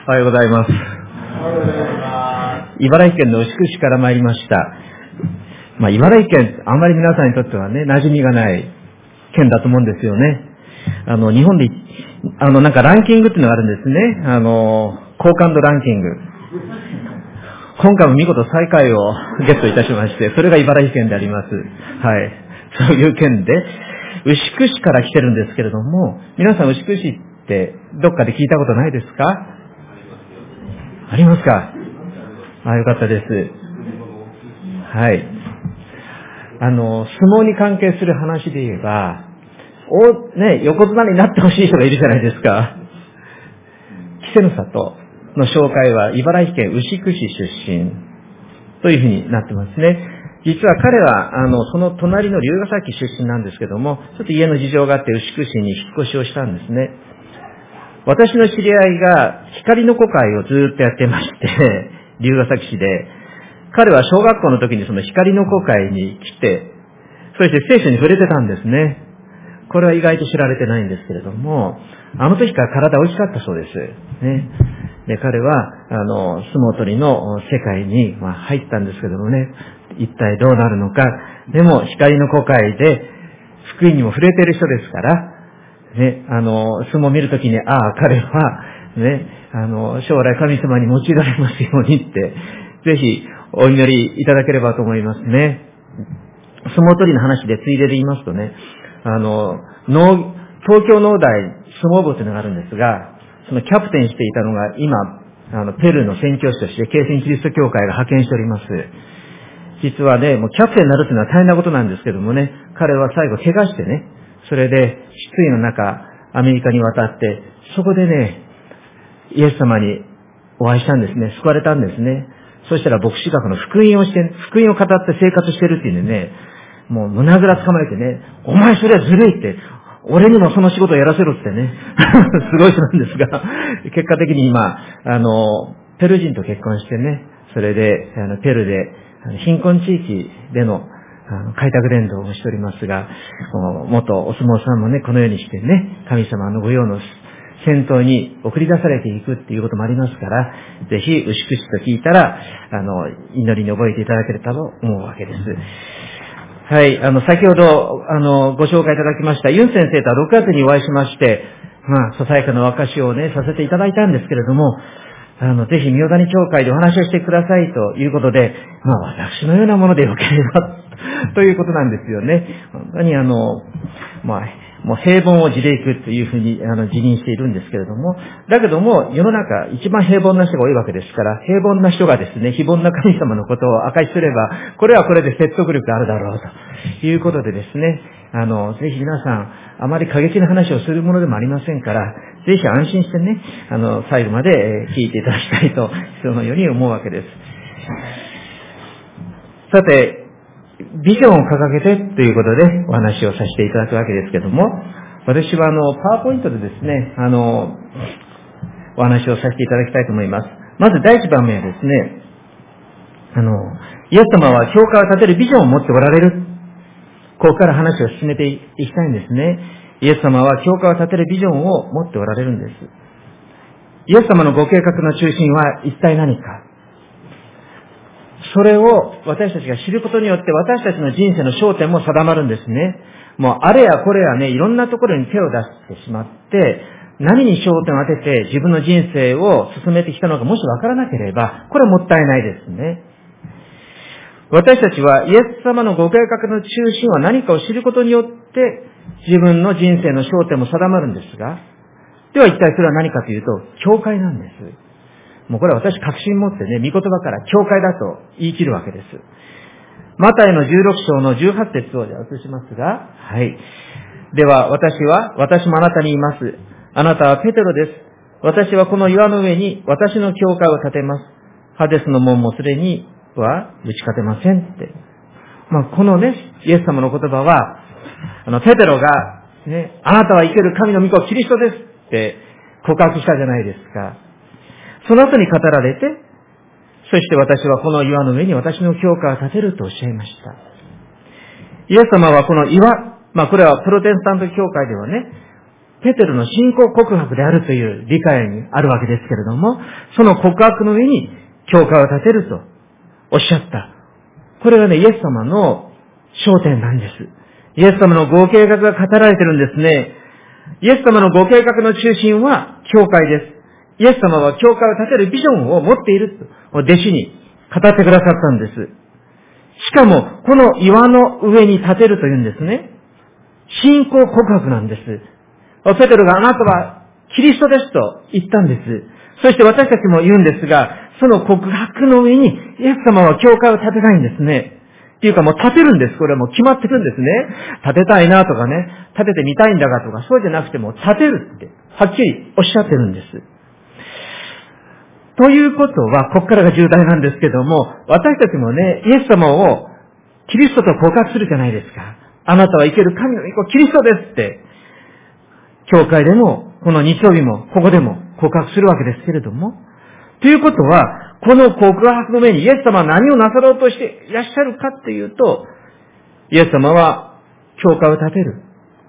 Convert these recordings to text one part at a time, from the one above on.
おはようございます。茨城県の牛久市から参りました。茨城県、あんまり皆さんにとってはね、馴染みがない県だと思うんですよね。日本で、なんかランキングっていうのがあるんですね。好感度ランキング。今回も見事最下位をゲットいたしまして、それが茨城県であります。はい。そういう県で、牛久市から来てるんですけれども、皆さん牛久市ってどっかで聞いたことないですか？ありますか？よかったです。はい。相撲に関係する話で言えば、横綱になってほしい人がいるじゃないですか。稀勢の里の紹介は茨城県牛久市出身というふうになってますね。実は彼は、その隣の龍ケ崎出身なんですけども、ちょっと家の事情があって牛久市に引っ越しをしたんですね。私の知り合いが光の子会をずっとやってまして、龍ケ崎市で、彼は小学校の時にその光の子会に来て、そして聖書に触れてたんですね。これは意外と知られてないんですけれども、あの時から体大きかったそうです。ね。で、彼は、相撲取りの世界に、入ったんですけどもね、一体どうなるのか。でも、光の子会で、福音にも触れている人ですから、ね、相撲を見るときに、彼は、ね、将来神様に用いられますようにって、ぜひ、お祈りいただければと思いますね。相撲取りの話でついでで言いますとね、東京農大相撲部というのがあるんですが、そのキャプテンしていたのが今、ペルーの宣教師として京泉キリスト教会が派遣しております。実はね、もうキャプテンになるというのは大変なことなんですけどもね、彼は最後怪我してね、それで失意の中、アメリカに渡って、そこでね、イエス様にお会いしたんですね。救われたんですね。そしたら牧師学の福音を語って生活してるっていうんでね、もう胸ぐらつかまれてね、お前それはずるいって、俺にもその仕事をやらせろってね、すごい人なんですが、結果的に今、ペルー人と結婚してね、それで、ペルーで、貧困地域での、開拓伝道をしておりますが、元お相撲さんもね、このようにしてね、神様の御用の先頭に送り出されていくっていうこともありますから、ぜひ、牛久市と聞いたら、祈りに覚えていただければと思うわけです。はい、先ほど、ご紹介いただきました、ユン先生とは6月にお会いしまして、ささやかなお証しをね、させていただいたんですけれども、ぜひ、宮谷教会でお話をしてくださいということで、私のようなものでよければ、ということなんですよね。本当にもう平凡を地でいくというふうに自認しているんですけれども、だけども世の中一番平凡な人が多いわけですから、平凡な人がですね、非凡な神様のことを明かしすれば、これはこれで説得力あるだろうということでですね、ぜひ皆さん、あまり過激な話をするものでもありませんから、ぜひ安心してね、最後まで聞いていただきたいと、そのように思うわけです。さて、ビジョンを掲げてということでお話をさせていただくわけですけども、私はパワーポイントでですね、お話をさせていただきたいと思います。まず第一番目はですね、イエス様は教会を建てるビジョンを持っておられる。ここから話を進めていきたいんですね。イエス様は教会を建てるビジョンを持っておられるんです。イエス様のご計画の中心は一体何か。それを私たちが知ることによって私たちの人生の焦点も定まるんですね。もうあれやこれやね、いろんなところに手を出してしまって、何に焦点を当てて自分の人生を進めてきたのかもしわからなければ、これはもったいないですね。私たちはイエス様のご計画の中心は何かを知ることによって自分の人生の焦点も定まるんですが、では一体それは何かというと、教会なんです。もうこれは私確信持ってね、御言葉から教会だと言い切るわけです。マタイの16章の18節を移しますが、はい。では私もあなたに言います。あなたはペテロです。私はこの岩の上に私の教会を建てます。ハデスの門もすでには打ち勝てませんって。このね、イエス様の言葉は、ペテロが、ね、あなたは生ける神の御子キリストですって告白したじゃないですか。その後に語られて、そして私はこの岩の上に私の教会を建てるとおっしゃいました。イエス様はこの岩、これはプロテスタント教会ではね、 ペテロの信仰告白であるという理解にあるわけですけれども、その告白の上に教会を建てるとおっしゃった。これがね、イエス様の焦点なんです。イエス様のご計画が語られてるんですね。イエス様のご計画の中心は教会です。イエス様は教会を建てるビジョンを持っていると、弟子に語ってくださったんです。しかも、この岩の上に建てるというんですね。信仰告白なんです。ペテロがあなたはキリストですと言ったんです。そして私たちも言うんですが、その告白の上にイエス様は教会を建てないんですね。っていうかもう建てるんです。これはもう決まってるんですね。建てたいなとかね、建ててみたいんだがとか、そうじゃなくても建てるって、はっきりおっしゃってるんです。ということは、ここからが重大なんですけども、私たちもね、イエス様をキリストと告白するじゃないですか。あなたは生ける神の御子キリストですって、教会でも、この日曜日も、ここでも告白するわけですけれども、ということは、この告白の上にイエス様は何をなさろうとしていらっしゃるかっていうと、イエス様は教会を建てる。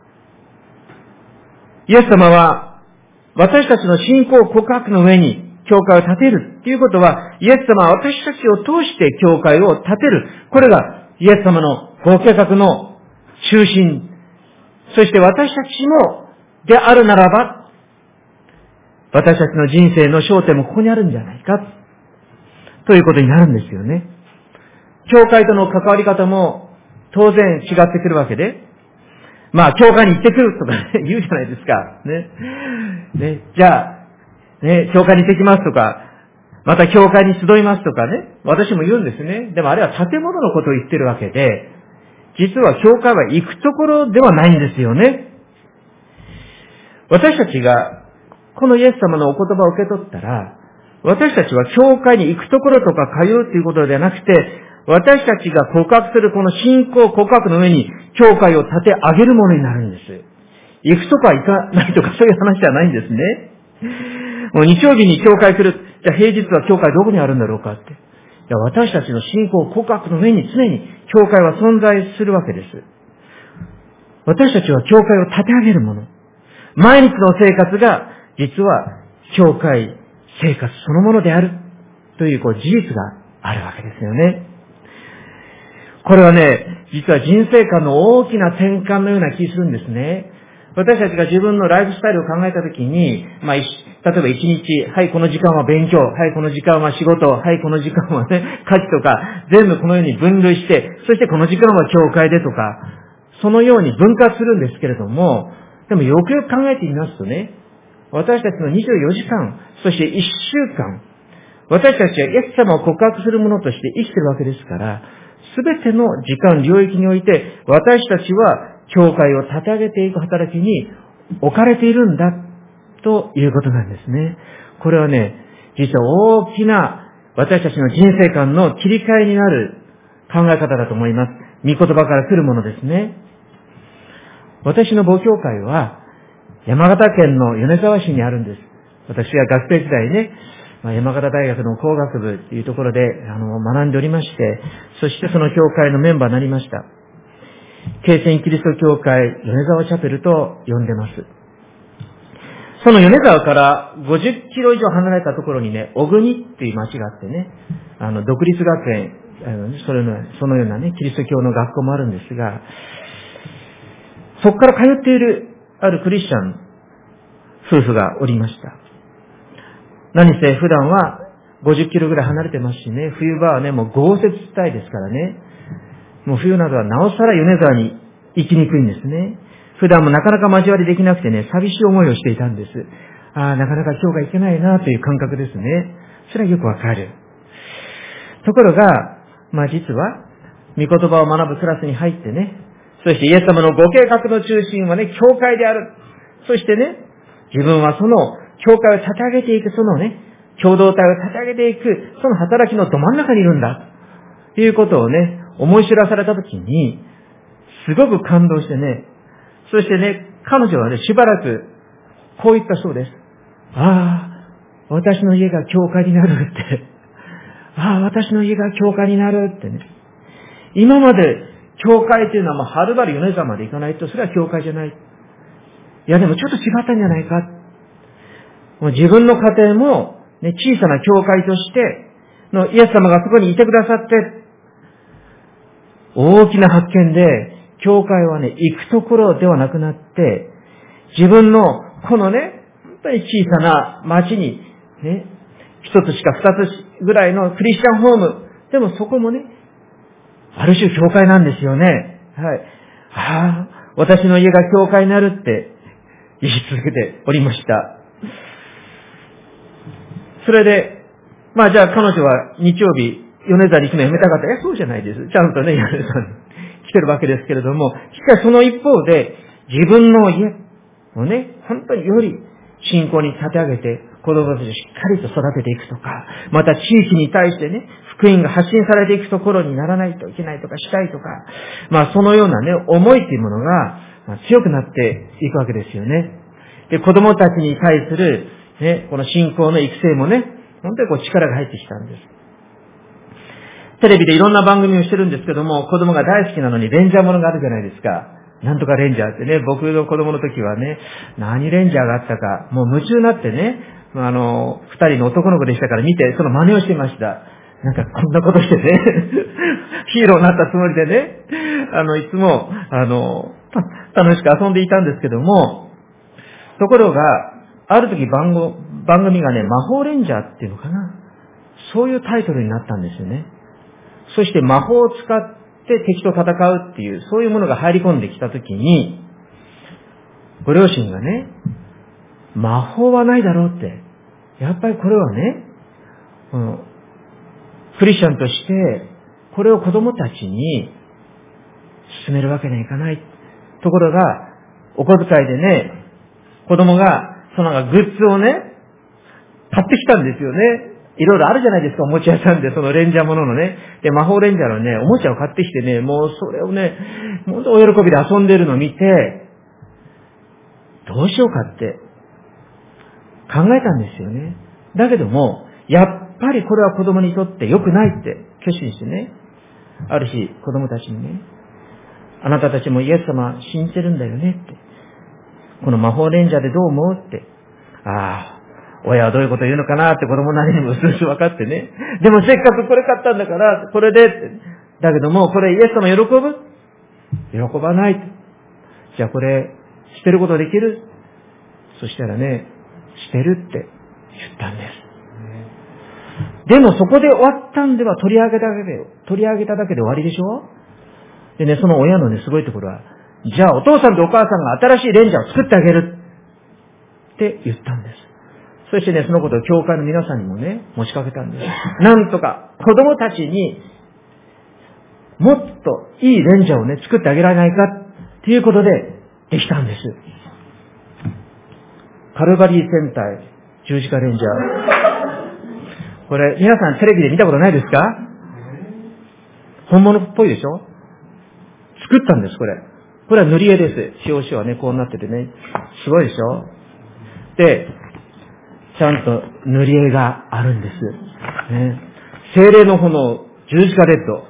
イエス様は私たちの信仰告白の上に教会を建てるっていうことは、イエス様は私たちを通して教会を建てる。これがイエス様のご計画の中心。そして私たちもであるならば、私たちの人生の焦点もここにあるんじゃないか、ということになるんですよね。教会との関わり方も当然違ってくるわけで、まあ、教会に行ってくるとか、ね、言うじゃないですか。ね。じゃあ、ね、教会に行ってきますとか、また教会に集いますとかね、私も言うんですね。でもあれは建物のことを言ってるわけで、実は教会は行くところではないんですよね。私たちがこのイエス様のお言葉を受け取ったら、私たちは教会に行くところとか通うということではなくて、私たちが告白するこの信仰告白の上に教会を建て上げるものになるんです。行くとか行かないとかそういう話じゃないんですね。もう日曜日に教会来る。じゃあ平日は教会どこにあるんだろうかって。いや、私たちの信仰告白の上に常に教会は存在するわけです。私たちは教会を建て上げるもの。毎日の生活が実は教会生活そのものであるという事実があるわけですよね。これはね、実は人生観の大きな転換のような気がするんですね。私たちが自分のライフスタイルを考えたときに、例えば一日、はい、この時間は勉強、はい、この時間は仕事、はい、この時間はね、家事とか、全部このように分類して、そしてこの時間は教会でとか、そのように分割するんですけれども、でもよくよく考えてみますとね、私たちの24時間、そして1週間、私たちはイエス様を告白するものとして生きているわけですから、すべての時間領域において、私たちは教会を立て上げていく働きに置かれているんだ、ということなんですね。これはね、実は大きな私たちの人生観の切り替えになる考え方だと思います。御言葉から来るものですね。私の母教会は、山形県の米沢市にあるんです。私は学生時代ね、山形大学の工学部というところで学んでおりまして、そしてその教会のメンバーになりました。敬泉キリスト教会米沢チャペルと呼んでます。その米沢から50キロ以上離れたところにね、小国っていう町があってね、独立学園、そのようなね、キリスト教の学校もあるんですが、そこから通っているあるクリスチャン夫婦がおりました。何せ普段は50キロぐらい離れてますしね、冬場はね、もう豪雪地帯ですからね、もう冬などはなおさら米沢に行きにくいんですね。普段もなかなか交わりできなくてね、寂しい思いをしていたんです。なかなか今日が行けないなという感覚ですね。それはよくわかる。ところが、実は、御言葉を学ぶクラスに入ってね、そしてイエス様のご計画の中心はね、教会である。そしてね、自分はその教会を立て上げていく、そのね、共同体を立て上げていく、その働きのど真ん中にいるんだ。ということをね、思い知らされたときに、すごく感動してね、そしてね、彼女はね、しばらく、こう言ったそうです。私の家が教会になるって。私の家が教会になるってね。今まで、教会というのははるばる米沢まで行かないと、それは教会じゃない。 いやでもちょっと違ったんじゃないか。もう自分の家庭も、ね、小さな教会として、イエス様がそこにいてくださって、大きな発見で、教会はね、行くところではなくなって、自分のこのね、本当に小さな町に、ね、一つしか二つぐらいのクリスチャンホーム、でもそこもね、ある種教会なんですよね。はい。私の家が教会になるって言い続けておりました。それで、じゃあ彼女は日曜日、米沢に行くのやめたかった。そうじゃないです。ちゃんとね、米沢に来てるわけですけれども、しかしその一方で、自分の家をね、本当により信仰に立て上げて、子供たちをしっかりと育てていくとか、また地域に対してね、福音が発信されていくところにならないといけないとかしたいとか、そのようなね、思いっていうものが強くなっていくわけですよね。で、子供たちに対するね、この信仰の育成もね、本当に力が入ってきたんです。テレビでいろんな番組をしてるんですけども、子供が大好きなのにレンジャーものがあるじゃないですか。なんとかレンジャーってね、僕の子供の時はね、何レンジャーがあったか、もう夢中になってね、二人の男の子でしたから見て、その真似をしていました。なんかこんなことしてね、ヒーローになったつもりでね、いつも、楽しく遊んでいたんですけども、ところが、ある時番組がね、魔法レンジャーっていうのかな。そういうタイトルになったんですよね。そして魔法を使って敵と戦うっていう、そういうものが入り込んできたときに、ご両親がね、魔法はないだろうって。やっぱりこれはね、クリスチャンとして、これを子供たちに進めるわけにはいかない。ところが、お小遣いでね、子供が、グッズをね、買ってきたんですよね。いろいろあるじゃないですか、おもちゃ屋さんで、そのレンジャーもののね。で、魔法レンジャーのね、おもちゃを買ってきてね、もうそれをね、本当お喜びで遊んでるのを見て、どうしようかって考えたんですよね。だけども、やっぱりこれは子供にとって良くないって決心してね、ある日子供たちにね、あなたたちもイエス様信じてるんだよねって。この魔法レンジャーでどう思うって。親はどういうこと言うのかなって子供なりにもうすうす分かってね。でもせっかくこれ買ったんだから、これでって。だけども、これイエス様喜ぶ？喜ばない。じゃあこれ、捨てることできる？そしたらね、捨てるって言ったんです。でもそこで終わったんでは取り上げただけで終わりでしょ？でね、その親のね、すごいところは、じゃあお父さんとお母さんが新しいレンジャーを作ってあげるって言ったんです。そしてね、そのことを教会の皆さんにもね、持ちかけたんです。なんとか子供たちにもっといいレンジャーをね、作ってあげられないかっていうことでできたんです。カルバリー戦隊十字架レンジャー。これ、皆さんテレビで見たことないですか？本物っぽいでしょ？作ったんです、これ。これは塗り絵です。表紙はね、こうなっててね。すごいでしょ？で、ちゃんと塗り絵があるんです。ね、精霊の炎、十字架レッド。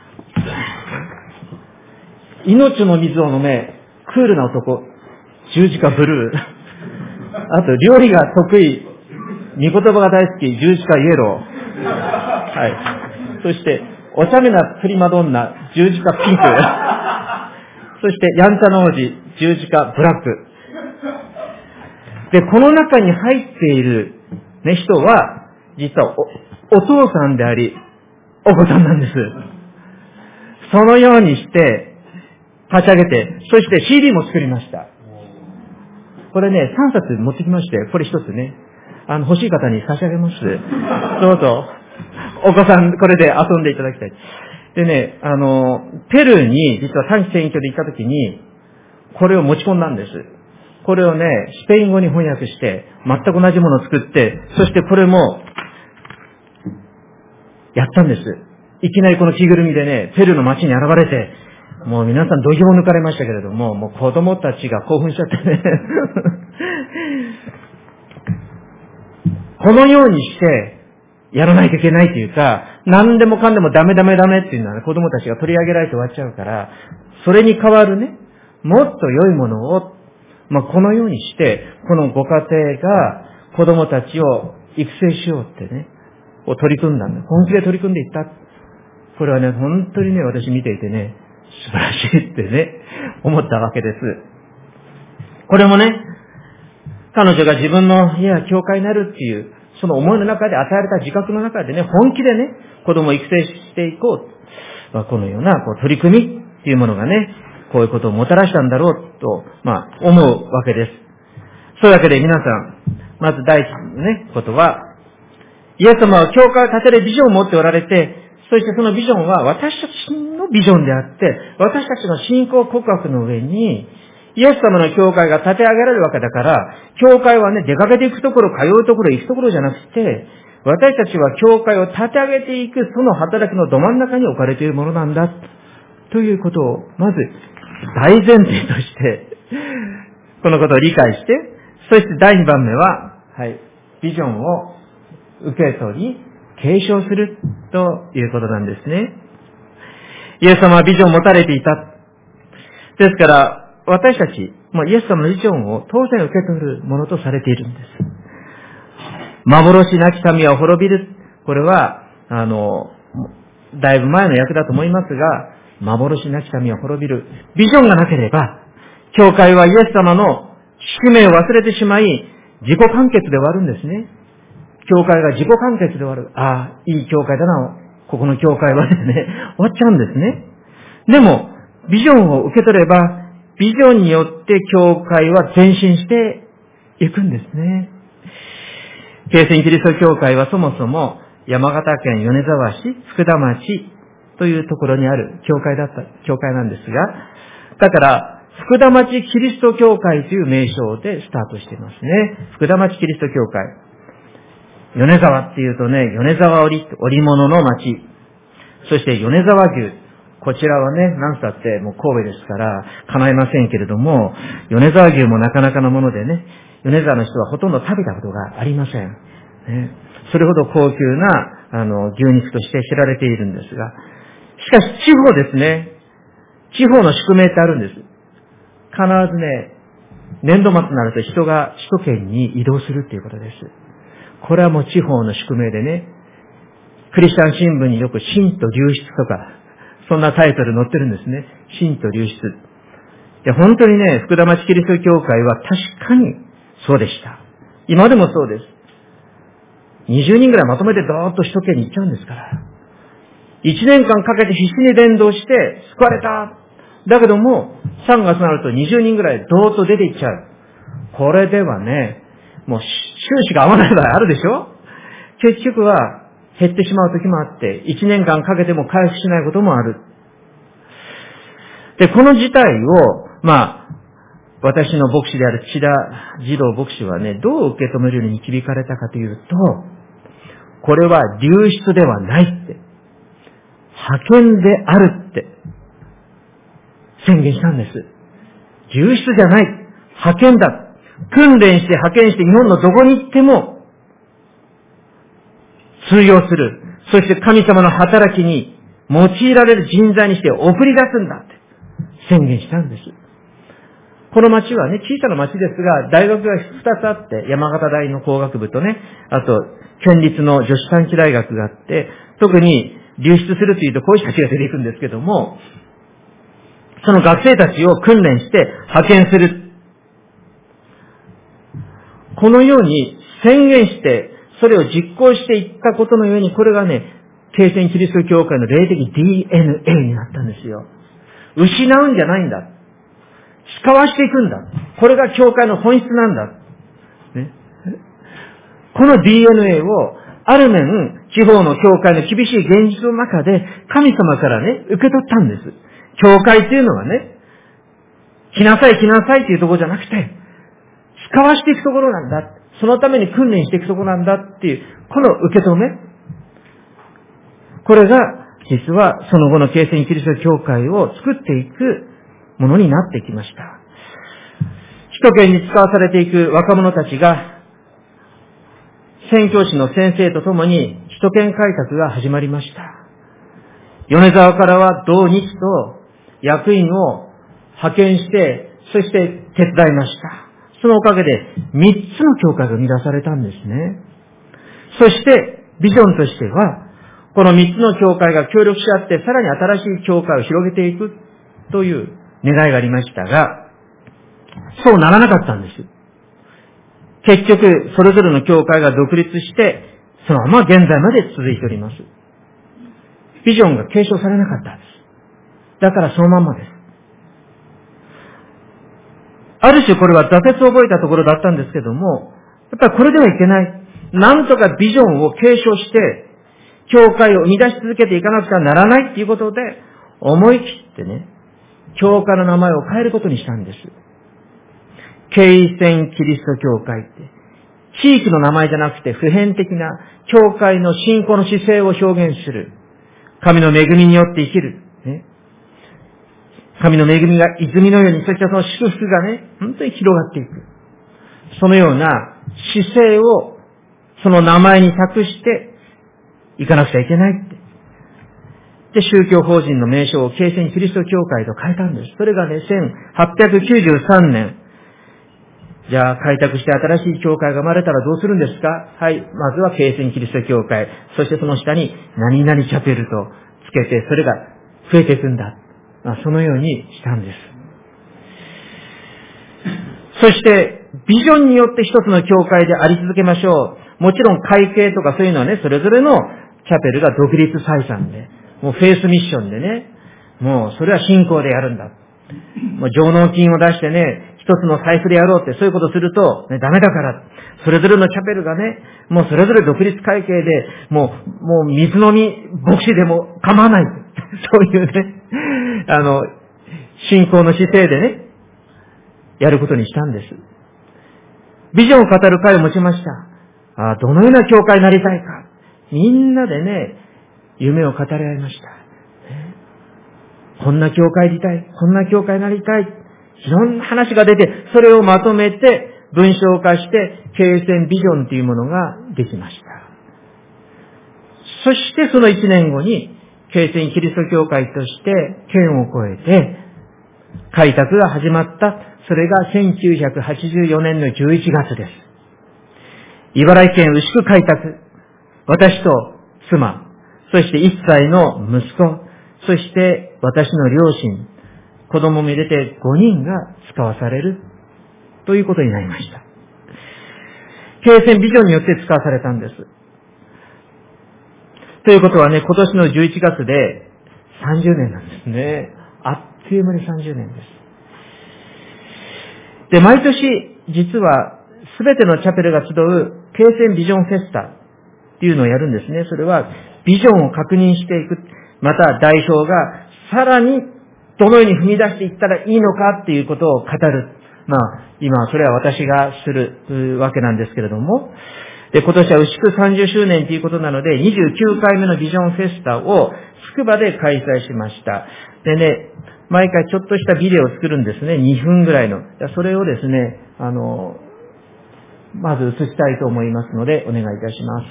命の水を飲め、クールな男、十字架ブルー。あと、料理が得意、御言葉が大好き、十字架イエロー。はい。そして、お茶目なプリマドンナ、十字架ピンク。そして、やんちゃな王子、十字架ブラック。で、この中に入っている、ね、人は、実はお父さんであり、お子さんなんです。そのようにして、立ち上げて、そして CD も作りました。これね、3冊持ってきまして、これ1つね、欲しい方に差し上げます。どうぞ、お子さん、これで遊んでいただきたい。でね、ペルーに、実は短期選挙で行った時に、これを持ち込んだんです。これをね、スペイン語に翻訳して、全く同じものを作って、そしてこれも、やったんです。いきなりこの着ぐるみでね、ペルーの街に現れて、もう皆さん度肝を抜かれましたけれども、もう子供たちが興奮しちゃってね。このようにして、やらないといけないというか、何でもかんでもダメっていうのは、ね、子供たちが取り上げられて終わっちゃうから、それに代わるね、もっと良いものをこのようにして、このご家庭が子供たちを育成しようってね、取り組んだんだ。本気で取り組んでいった。これはね、本当にね、私見ていてね、素晴らしいってね、思ったわけです。これもね、彼女が自分の家や教会になるっていう、その思いの中で与えられた自覚の中でね、本気でね、子供を育成していこう。このような取り組みっていうものがね、こういうことをもたらしたんだろうと、思うわけです。そういうわけで皆さん、まず第一のね、ことは、イエス様は教会を建てるビジョンを持っておられて、そしてそのビジョンは私たちのビジョンであって、私たちの信仰告白の上に、イエス様の教会が建て上げられるわけだから、教会はね、出かけていくところ、通うところ、行くところじゃなくて、私たちは教会を建て上げていく、その働きのど真ん中に置かれているものなんだ、ということを、まず、大前提として、このことを理解して、そして第2番目は、ビジョンを受け取り、継承するということなんですね。イエス様はビジョンを持たれていた。ですから、私たち、イエス様のビジョンを当然受け取るものとされているんです。幻なき民は滅びる。これは、だいぶ前の訳だと思いますが、幻なき民は滅びる。ビジョンがなければ、教会はイエス様の使命を忘れてしまい、自己完結で終わるんですね。教会が自己完結で終わる。いい教会だな。ここの教会はですね、終わっちゃうんですね。でも、ビジョンを受け取れば、ビジョンによって教会は前進していくんですね。京泉キリスト教会はそもそも山形県米沢市福田町というところにある教会なんですが、だから福田町キリスト教会という名称でスタートしていますね。福田町キリスト教会。米沢っていうとね、米沢織物の町。そして米沢牛。こちらはね、なんたってもう神戸ですから叶いませんけれども、米沢牛もなかなかのものでね、米沢の人はほとんど食べたことがありません。ね、それほど高級な牛肉として知られているんですが、しかし地方ですね、地方の宿命ってあるんです。必ずね、年度末になると人が首都圏に移動するっていうことです。これはもう地方の宿命でね、クリスチャン新聞によく信と流出とか、そんなタイトル載ってるんですね。信と流出。本当にね、福田町キリスト教会は確かにそうでした。今でもそうです。20人ぐらいまとめてドーッと首都圏に行っちゃうんですから。1年間かけて必死に伝道して救われた。だけども、3月になると20人ぐらいドーッと出て行っちゃう。これではね、もう収支が合わない場合あるでしょ？結局は減ってしまう時もあって、1年間かけても回復しないこともある。で、この事態を、私の牧師である千田二郎牧師はね、どう受け止めるように導かれたかというと、これは流出ではないって、派遣であるって宣言したんです。流出じゃない、派遣だ。訓練して派遣して日本のどこに行っても通用する。そして神様の働きに用いられる人材にして送り出すんだって宣言したんです。この町はね、小さな町ですが、大学が2つあって、山形大の工学部とね、あと、県立の女子短期大学があって、特に流出するというとこういう人たちが出ていくんですけども、その学生たちを訓練して派遣する。このように宣言して、それを実行していったことのように、これがね、京泉キリスト教会の霊的 DNA になったんですよ。失うんじゃないんだ。使わしていくんだ。これが教会の本質なんだ。ね、この DNA を、ある面、地方の教会の厳しい現実の中で、神様からね、受け取ったんです。教会っていうのはね、来なさいっていうところじゃなくて、使わしていくところなんだ。そのために訓練していくところなんだっていう、この受け止め。これが、実はその後の京泉キリスト教会を作っていくものになってきました。首都圏に使わされていく若者たちが、宣教師の先生とともに首都圏改革が始まりました。米沢からは同日と役員を派遣して、 そして手伝いました。そのおかげで3つの教会が生み出されたんですね。そしてビジョンとしては、この3つの教会が協力し合って、さらに新しい教会を広げていくという願いがありましたが、そうならなかったんです。結局、それぞれの教会が独立して、そのまま現在まで続いております。ビジョンが継承されなかったんです。だからそのままです。ある種これは挫折を覚えたところだったんですけども、やっぱりこれではいけない。なんとかビジョンを継承して、教会を生み出し続けていかなくちゃならないっていうことで、思い切ってね、教会の名前を変えることにしたんです。敬戦キリスト教会って、地域の名前じゃなくて普遍的な教会の信仰の姿勢を表現する。神の恵みによって生きる。ね、神の恵みが泉のように、そしてその祝福がね、本当に広がっていく。そのような姿勢をその名前に託していかなくちゃいけないって。で、宗教法人の名称を敬戦キリスト教会と変えたんです。それがね、1893年。じゃあ、開拓して新しい教会が生まれたらどうするんですか？はい。まずは敬戦キリスト教会。そしてその下に何々チャペルとつけて、それが増えていくんだ。そのようにしたんです。そして、ビジョンによって一つの教会であり続けましょう。もちろん会計とかそういうのはね、それぞれのチャペルが独立採算で、もうフェイスミッションでね、もうそれは信仰でやるんだ。もう上納金を出してね、一つの財布でやろうってそういうことすると、ね、ダメだから。それぞれのチャペルがね、もうそれぞれ独立会計で、もう水飲み牧師でも構わない。そういうね、信仰の姿勢でね、やることにしたんです。ビジョンを語る会を持ちました。どのような教会になりたいか。みんなでね、夢を語り合いました。こんな教会にいたい。こんな教会になりたい。いろんな話が出て、それをまとめて、文章化して、敬戦ビジョンというものができました。そしてその1年後に、敬戦キリスト教会として、県を越えて、開拓が始まった。それが1984年の11月です。茨城県牛久開拓。私と妻、そして1歳の息子、そして私の両親、子供も入れて5人が使わされるということになりました。敬戦ビジョンによって使わされたんです。ということはね、今年の11月で30年なんですね。あっという間に30年です。で、毎年、実は、すべてのチャペルが集う、敬戦ビジョンフェスタっていうのをやるんですね。それは、ビジョンを確認していく。また、代表が、さらに、どのように踏み出していったらいいのかっていうことを語る。今、それは私がするわけなんですけれども。で、今年は牛久30周年ということなので、29回目のビジョンフェスタを、つくばで開催しました。でね、毎回ちょっとしたビデオを作るんですね。2分ぐらいの。それをですね、まず映したいと思いますので、お願いいたします。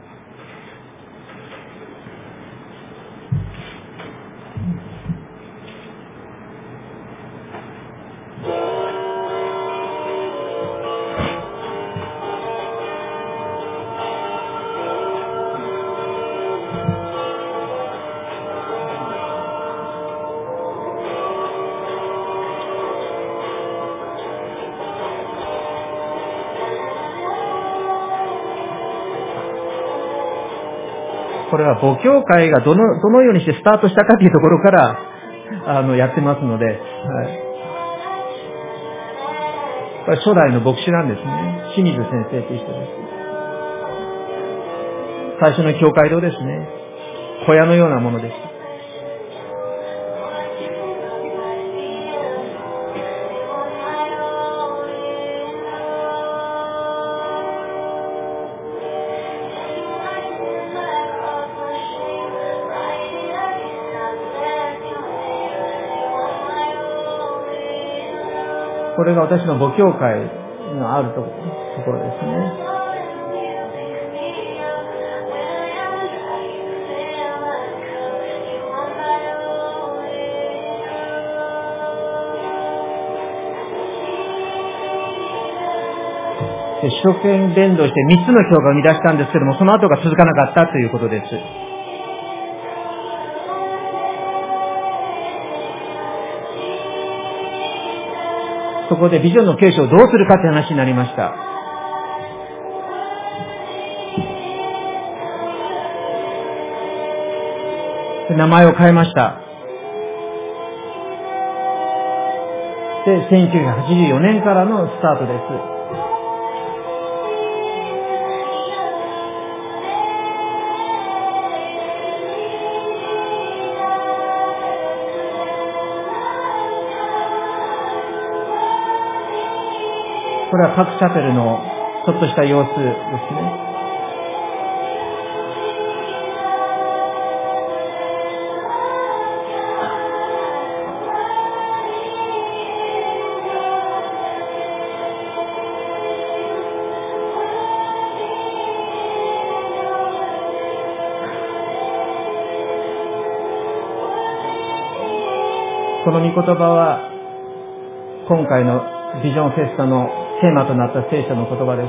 これは母教会がどのようにしてスタートしたかというところから、やってますので、はい。これ初代の牧師なんですね。清水先生という人です。最初の教会堂ですね。小屋のようなものです。これが私の母教会のあるところですね。 で首都圏伝道して3つの教会を生み出したんですけども、その後が続かなかったということです。そこでビジョンの継承をどうするかという話になりました。名前を変えました。で、1984年からのスタートです。これは各チャペルのちょっとした様子ですね。この御言葉は今回のビジョンフェスタのテーマとなった聖書の言葉です。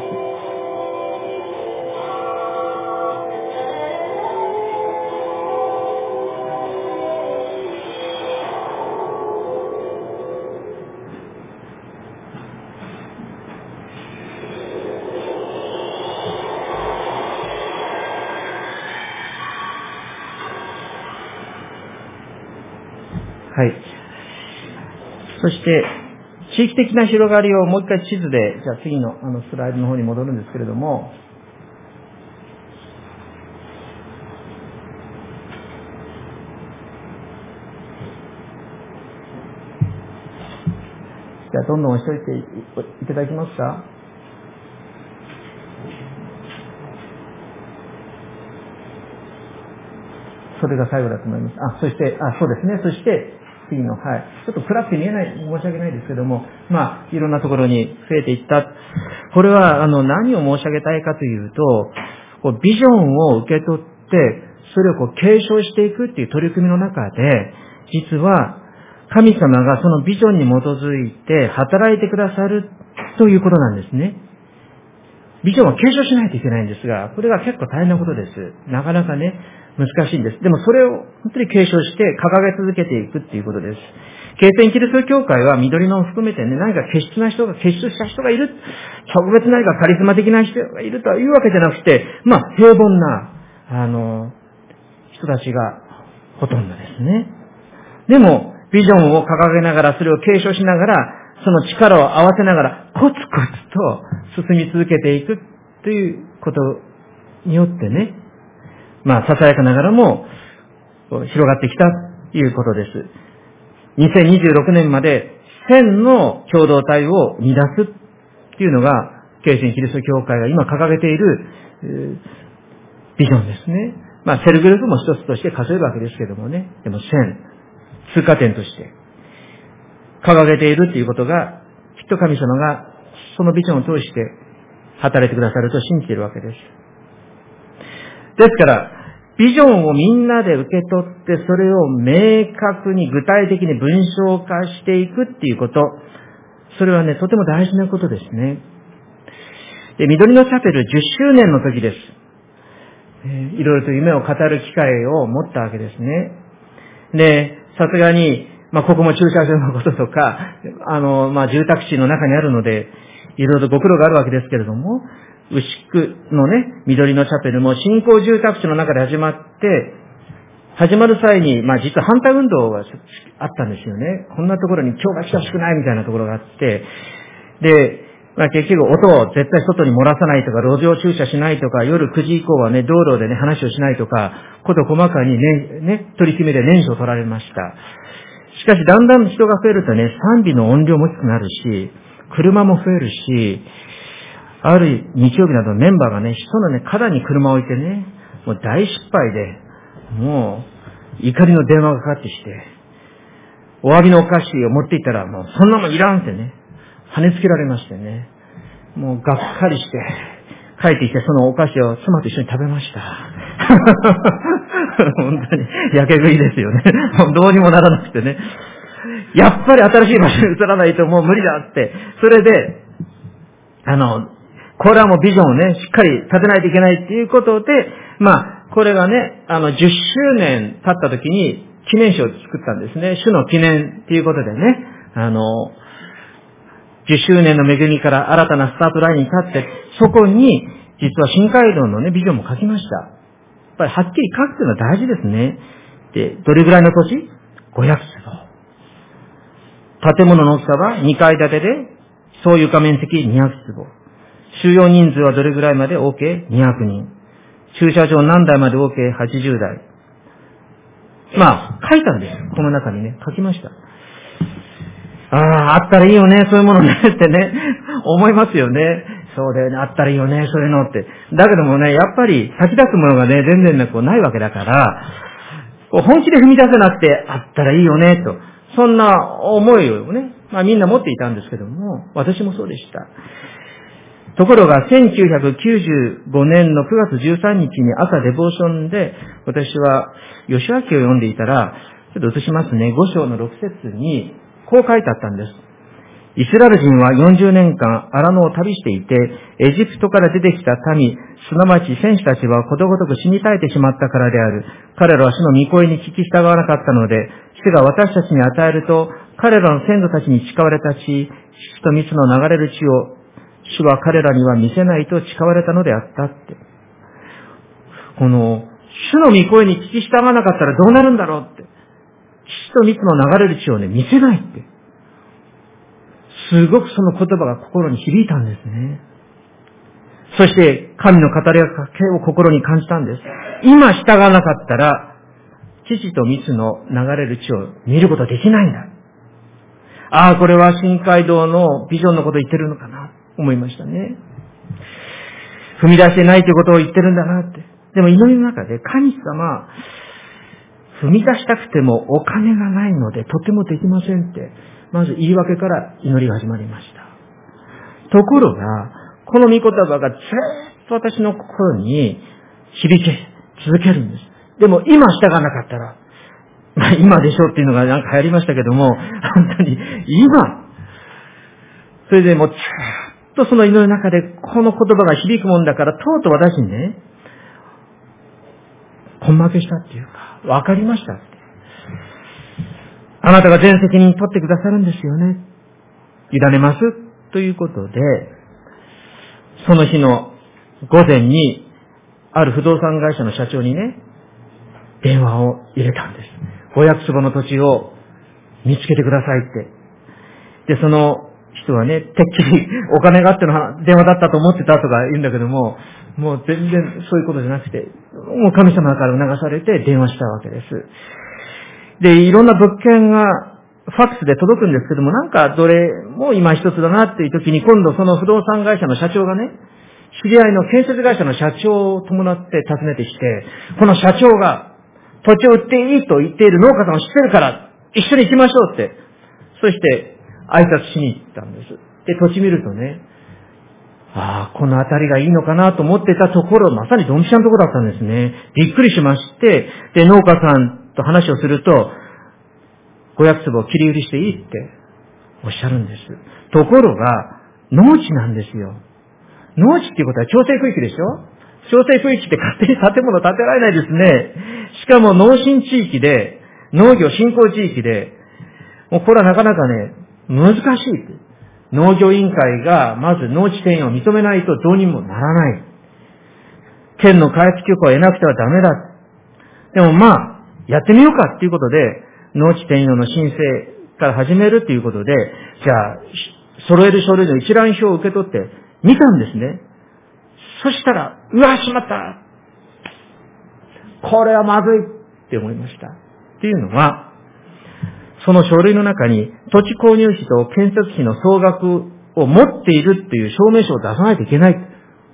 はい。そして地域的な広がりをもう一回地図で、じゃあ次のスライドの方に戻るんですけれども、じゃあどんどん押しといていただけますか。それが最後だと思います。そうですね。そして次の、はい。ちょっと暗くて見えない、申し訳ないですけども、いろんなところに増えていった。これは、何を申し上げたいかというと、ビジョンを受け取って、それを継承していくっていう取り組みの中で、実は、神様がそのビジョンに基づいて働いてくださるということなんですね。ビジョンは継承しないといけないんですが、これが結構大変なことです。なかなかね、難しいんです。でもそれを本当に継承して掲げ続けていくっていうことです。京泉キリスト教会は緑のを含めてね、何か傑出した人がいる、特別何かカリスマ的な人がいるというわけじゃなくて、平凡な、人たちがほとんどですね。でも、ビジョンを掲げながら、それを継承しながら、その力を合わせながら、コツコツと進み続けていくということによってね、ささやかながらも広がってきたということです。2026年まで1000の共同体を生み出すというのが、京泉キリスト教会が今掲げているビジョンですね。セルグループも一つとして数えるわけですけどもね。でも1000、通過点として掲げているということが、きっと神様がそのビジョンを通して働いてくださると信じているわけです。ですから、ビジョンをみんなで受け取って、それを明確に具体的に文章化していくっていうこと、それはね、とても大事なことですね。で、緑のチャペル10周年の時です。いろいろと夢を語る機会を持ったわけですね。で、さすがに、ここも駐車場のこととか、住宅地の中にあるので、いろいろとご苦労があるわけですけれども、牛久のね、緑のチャペルも新興住宅地の中で始まる際に、実は反対運動があったんですよね。こんなところに教会来てほしくないみたいなところがあって、で、結局音を絶対外に漏らさないとか、路上駐車しないとか、夜9時以降はね、道路でね、話をしないとか、こと細かにね、取り決めで年書を取られました。しかし、だんだん人が増えるとね、賛美の音量も大きくなるし、車も増えるし、ある日曜日などメンバーがね、人のね、肩に車を置いてね、もう大失敗で、もう怒りの電話がかかってきて、お詫びのお菓子を持っていったら、もうそんなもんいらんってね、跳ねつけられましてね、もうがっかりして、帰ってきてそのお菓子を妻と一緒に食べました。本当に、やけ食いですよね。もうどうにもならなくてね。やっぱり新しい場所に移らないともう無理だって。それで、 これはもうビジョンをね、しっかり立てないといけないっていうことで、これがね、10周年経った時に記念誌を作ったんですね。主の記念っていうことでね、10周年の恵みから新たなスタートラインに立って、そこに、実は新街道のね、ビジョンも書きました。やっぱりはっきり書くというのは大事ですね。で、どれぐらいの土地 ?500 坪。建物の大きさは2階建てで、総床面積200坪。収容人数はどれぐらいまで OK?200 人。駐車場何台まで OK?80 台。書いたんです。この中にね、書きました。あったらいいよね、そういうものねってね、思いますよね。そうだよね、あったらいいよね、そういうのって。だけどもね、やっぱり先立つものがね、全然ないわけだから、本気で踏み出せなくて、あったらいいよね、と。そんな思いをね、みんな持っていたんですけども、私もそうでした。ところが、1995年の9月13日に朝デボーションで、私は吉明を読んでいたら、ちょっと映しますね、5章の6節に、こう書いてあったんです。イスラエル人は40年間アラノを旅していて、エジプトから出てきた民、すなわち戦士たちはことごとく死に絶えてしまったからである。彼らは主の御声に聞き従わなかったので、主が私たちに与えると、彼らの先祖たちに誓われた地、血と蜜の流れる地を、主は彼らには見せないと誓われたのであったって。この、主の御声に聞き従わなかったらどうなるんだろうって。血と蜜の流れる地をね、見せないって。すごくその言葉が心に響いたんですね。そして、神の語りかけを心に感じたんです。今従わなかったら、父と蜜の流れる地を見ることはできないんだ。これは新街道のビジョンのことを言ってるのかな、思いましたね。踏み出してないということを言ってるんだなって。でも祈りの中で、神様、踏み出したくてもお金がないのでとてもできませんって、まず言い訳から祈りが始まりました。ところが、この御言葉がずっと私の心に響け続けるんです。でも今従わなかったら、今でしょっていうのがなんか流行りましたけども、本当に今、それでもうずっとその祈りの中でこの言葉が響くもんだから、とうとう私にね、根負けしたっていうか、わかりましたって。あなたが全責任取ってくださるんですよね。委ねますということで、その日の午前に、ある不動産会社の社長にね、電話を入れたんです。500坪の土地を見つけてくださいって。で、その人はね、てっきりお金があっての電話だったと思ってたとか言うんだけども、もう全然そういうことじゃなくて、もう神様から促されて電話したわけです。で、いろんな物件がファックスで届くんですけども、なんかどれも今一つだなっていう時に、今度その不動産会社の社長がね、知り合いの建設会社の社長を伴って訪ねてきて、この社長が土地を売っていいと言っている農家さんを知ってるから、一緒に行きましょうって。そして挨拶しに行ったんです。で、土地見るとね、この辺りがいいのかなと思ってたところ、まさにドンピシャのところだったんですね。びっくりしまして、で、農家さんと話をすると、500坪を切り売りしていいっておっしゃるんです。ところが、農地なんですよ。農地っていうことは調整区域でしょ？調整区域って勝手に建物建てられないですね。しかも農心地域で、農業振興地域で、もうこれはなかなかね、難しいって。農業委員会がまず農地転用を認めないとどうにもならない。県の開発許可を得なくてはダメだ。でもやってみようかっていうことで、農地転用の申請から始めるっていうことで、じゃあ、揃える書類の一覧表を受け取って見たんですね。そしたら、うわ、しまった！これはまずいって思いました。っていうのは、その書類の中に土地購入費と建設費の総額を持っているっていう証明書を出さないといけない。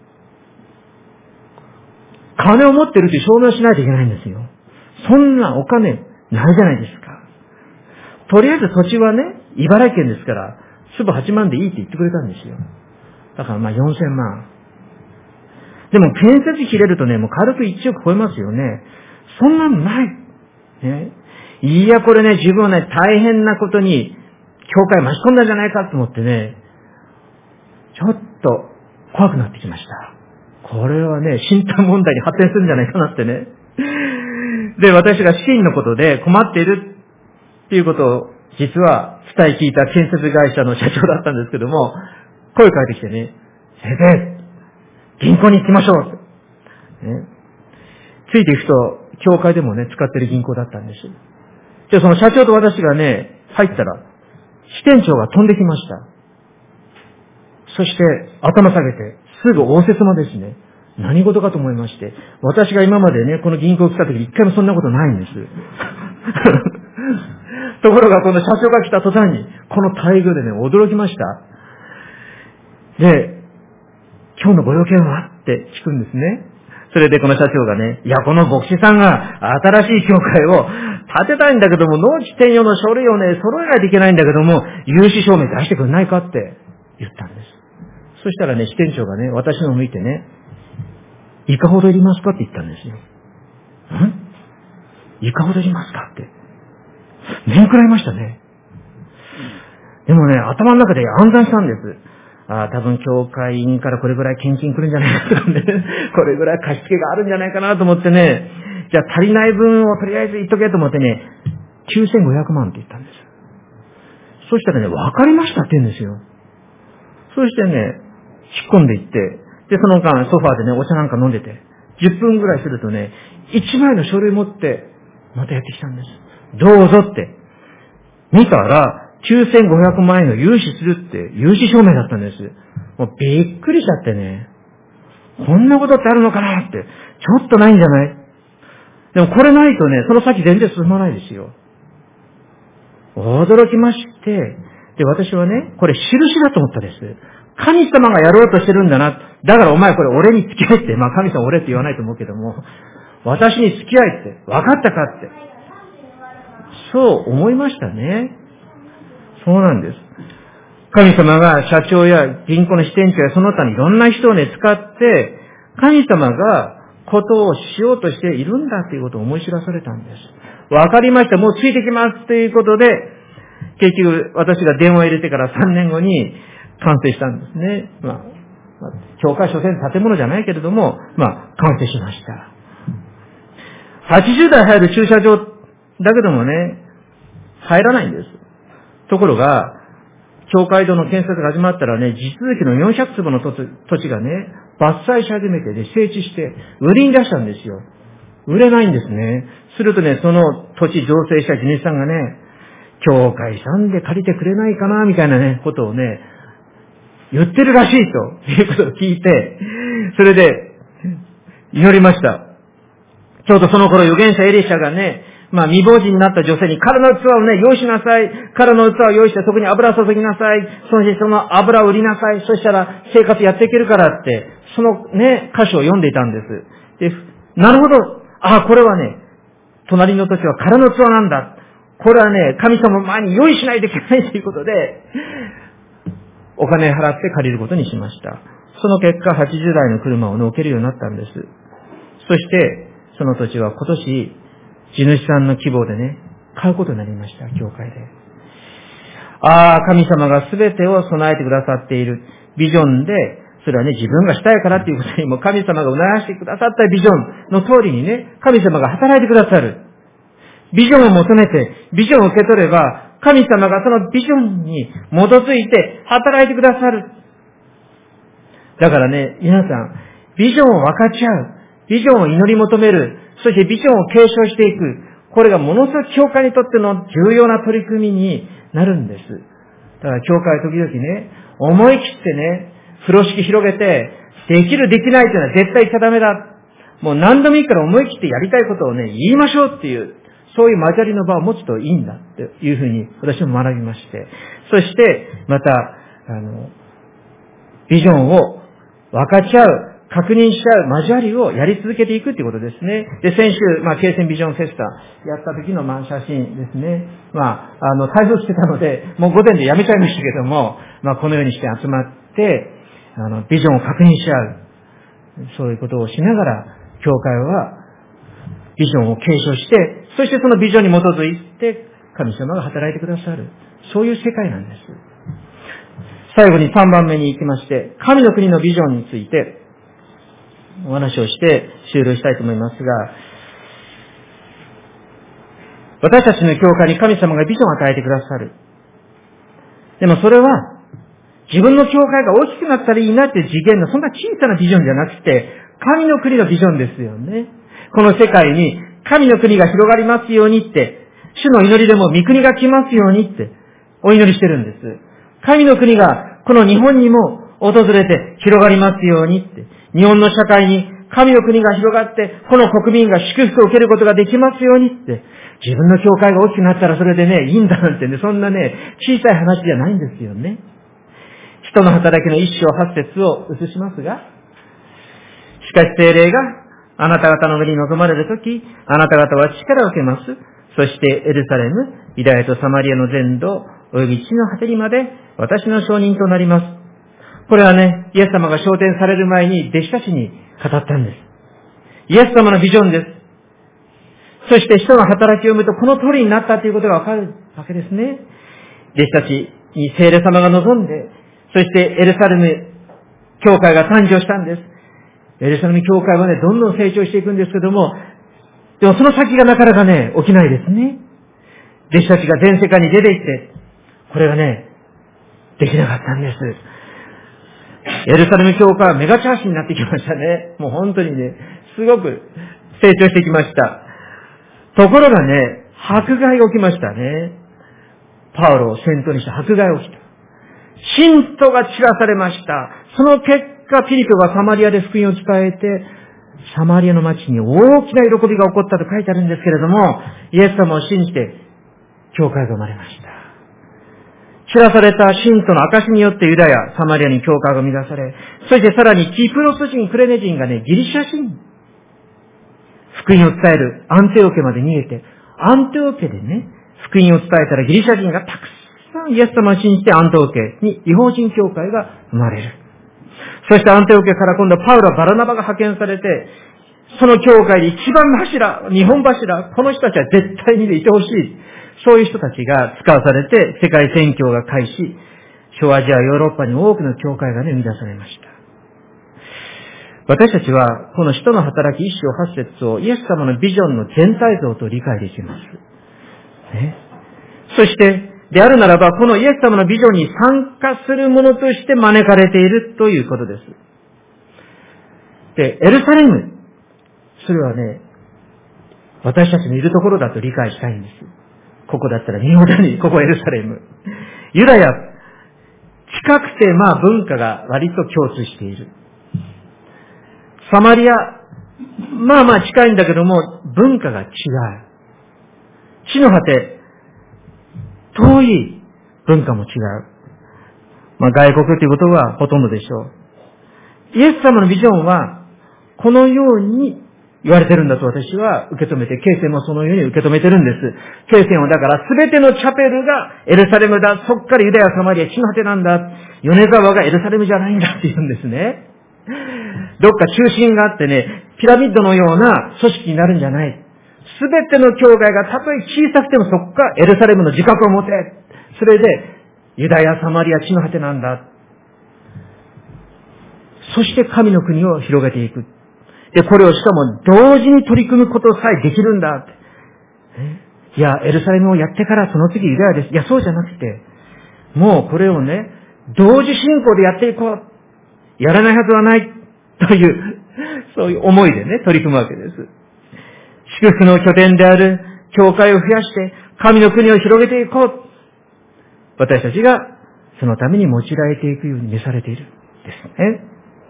金を持っているという証明をしないといけないんですよ。そんなお金ないじゃないですか。とりあえず土地はね、茨城県ですから、坪8万でいいって言ってくれたんですよ。だから4000万。でも建設費入れるとね、もう軽く1億超えますよね。そんなのない。ね。いや、これね、自分はね、大変なことに、教会巻き込んだんじゃないかと思ってね、ちょっと怖くなってきました。これはね、身体問題に発展するんじゃないかなってね。で、私が資金のことで困っているっていうことを、実は伝え聞いた建設会社の社長だったんですけども、声かけてきてね、先生、銀行に行きましょう、ね、ついていくと、教会でもね、使ってる銀行だったんです。で、その社長と私がね、入ったら、支店長が飛んできました。そして、頭下げて、すぐ応接間ですね。何事かと思いまして、私が今までね、この銀行来た時に一回もそんなことないんです。ところが、この社長が来た途端に、この待遇でね、驚きました。で、今日のご用件はって聞くんですね。それでこの社長がね、いや、この牧師さんが新しい教会を建てたいんだけども、農地転用の書類をね、揃えないといけないんだけども、融資証明出してくれないかって言ったんです。そしたらね、支店長がね、私のを向いてね、いかほどいりますかって言ったんですよ。いかほどいりますかって。面食らいましたね。でもね、頭の中で暗算したんです。多分教会員からこれぐらい献金来るんじゃないかとかね、これぐらい貸し付けがあるんじゃないかなと思ってね、じゃあ足りない分をとりあえず言っとけと思ってね、9500万って言ったんです。そしたらね、わかりましたって言うんですよ。そしてね、引っ込んでいって、で、その間ソファーでね、お茶なんか飲んでて、10分ぐらいするとね、1枚の書類持って、またやってきたんです。どうぞって。見たら、9500万円を融資するって、融資証明だったんです。もうびっくりしちゃってね。こんなことってあるのかなって。ちょっとないんじゃない？でもこれないとね、その先全然進まないですよ。驚きまして、で、私はね、これ印だと思ったです。神様がやろうとしてるんだな。だからお前これ俺に付き合いって、まあ神様俺って言わないと思うけども、私に付き合いって、分かったかって。そう思いましたね。そうなんです。神様が社長や銀行の支店長やその他にいろんな人をね、使って、神様がことをしようとしているんだということを思い知らされたんです。わかりました。もうついてきますということで、結局私が電話を入れてから3年後に完成したんですね。教会所詮建物じゃないけれども、完成しました。80台入る駐車場だけどもね、入らないんです。ところが、教会堂の建設が始まったらね、地続きの400坪の土地がね、伐採し始めてね、整地して、売りに出したんですよ。売れないんですね。するとね、その土地造成した地主さんがね、教会さんで借りてくれないかな、みたいなね、ことをね、言ってるらしいということを聞いて、それで、祈りました。ちょうどその頃預言者エリシャがね、未亡人になった女性に、空の器をね、用意しなさい。空の器を用意してそこに油を注ぎなさい。そしてその油を売りなさい。そしたら生活やっていけるからって、そのね、歌詞を読んでいたんです。で、なるほど。これはね、隣の土地は空の器なんだ。これはね、神様の前に用意しないといけないということで、お金払って借りることにしました。その結果、80台の車を置けるようになったんです。そして、その土地は今年、地主さんの希望でね、買うことになりました、教会で。神様が全てを備えてくださっているビジョンで、それはね、自分がしたいからっていうことにも神様が促してくださったビジョンの通りにね、神様が働いてくださる。ビジョンを求めて、ビジョンを受け取れば、神様がそのビジョンに基づいて働いてくださる。だからね、皆さん、ビジョンを分かち合う。ビジョンを祈り求める。そしてビジョンを継承していく。これがものすごく教会にとっての重要な取り組みになるんです。だから教会は時々ね、思い切ってね、風呂敷広げて、できるできないというのは絶対言っちゃダメだ。もう何でもいいから思い切ってやりたいことをね、言いましょうっていう、そういう交わりの場を持つといいんだっていうふうに私も学びまして。そして、また、ビジョンを分かち合う、確認し合う交わりをやり続けていくということですね。で、先週、慶泉ビジョンフェスタやった時の写真ですね。台風来てたので、もう午前でやめちゃいましたけども、このようにして集まって、ビジョンを確認し合う。そういうことをしながら、教会はビジョンを継承して、そしてそのビジョンに基づいて、神様が働いてくださる。そういう世界なんです。 最後に3番目に行きまして、神の国のビジョンについてお話をして終了したいと思いますが、私たちの教会に神様がビジョンを与えてくださる。でもそれは、自分の教会が大きくなったらいいなっていう次元のそんな小さなビジョンじゃなくて、神の国のビジョンですよね。この世界に神の国が広がりますようにって、主の祈りでも御国が来ますようにってお祈りしてるんです。神の国がこの日本にも訪れて広がりますようにって、日本の社会に神の国が広がって、この国民が祝福を受けることができますようにって、自分の教会が大きくなったらそれでね、いいんだなんてね、そんなね、小さい話じゃないんですよね。人の働きの一章八節を移しますが、しかし聖霊があなた方の上に臨まれるとき、あなた方は力を受けます。そしてエルサレム、ユダヤとサマリアの全土、および地の果てにまで私の証人となります。これはね、イエス様が昇天される前に弟子たちに語ったんです。イエス様のビジョンです。そして人の働きを見るとこの通りになったということがわかるわけですね。弟子たちに聖霊様が望んで、そしてエルサレム教会が誕生したんです。エルサレム教会はね、どんどん成長していくんですけども、でもその先がなかなかね、起きないですね。弟子たちが全世界に出て行って、これがね、できなかったんです。エルサレム教会はメガチャーチになってきましたね。もう本当にね、すごく成長してきました。ところがね、迫害が起きましたね。パウロを先頭にして迫害が起きた。信徒が散らされました。その結果、ピリポがサマリアで福音を伝えて、サマリアの町に大きな喜びが起こったと書いてあるんですけれども、イエス様を信じて、教会が生まれました。散らされた信徒の証によってユダヤ、サマリアに教会が生み出され、そしてさらにキプロス人、クレネ人がね、ギリシャ人、福音を伝えるアンテオケまで逃げて、アンテオケでね、福音を伝えたらギリシャ人がたくさんイエス様を信じてアンテオケに違法人教会が生まれる。そしてアンテオケから今度パウロ、バラナバが派遣されて、その教会に一番の柱、日本柱、この人たちは絶対にいてほしい。そういう人たちが使わされて世界宣教が開始、小アジア、ヨーロッパに多くの教会がね、生み出されました。私たちはこの使徒の働き一章八節をイエス様のビジョンの全体像と理解できます。ね、そして、であるならば、このイエス様のビジョンに参加する者として招かれているということです。で、エルサレム。それはね、私たちのいるところだと理解したいんです。ここだったら日本だに、ここエルサレム。ユダヤ、近くて文化が割と共通している。サマリア、近いんだけども、文化が違う。地の果て、遠い文化も違う。外国ということはほとんどでしょう。イエス様のビジョンは、このように言われてるんだと私は受け止めて、ケイセンもそのように受け止めてるんです。ケイセンはだから全てのチャペルがエルサレムだ。そっからユダヤ、サマリア、地の果てなんだ。米沢がエルサレムじゃないんだって言うんですね。どっか中心があってね、ピラミッドのような組織になるんじゃない。すべての教会がたとえ小さくてもそこからエルサレムの自覚を持て。それで、ユダヤ、サマリア、地の果てなんだ。そして神の国を広げていく。で、これをしかも同時に取り組むことさえできるんだ。いや、エルサレムをやってからその次ユダヤです。いや、そうじゃなくて、もうこれをね、同時進行でやっていこう。やらないはずはない。という、そういう思いでね、取り組むわけです。祝福の拠点である教会を増やして、神の国を広げていこう。私たちがそのために用いられていくように召されているんですね。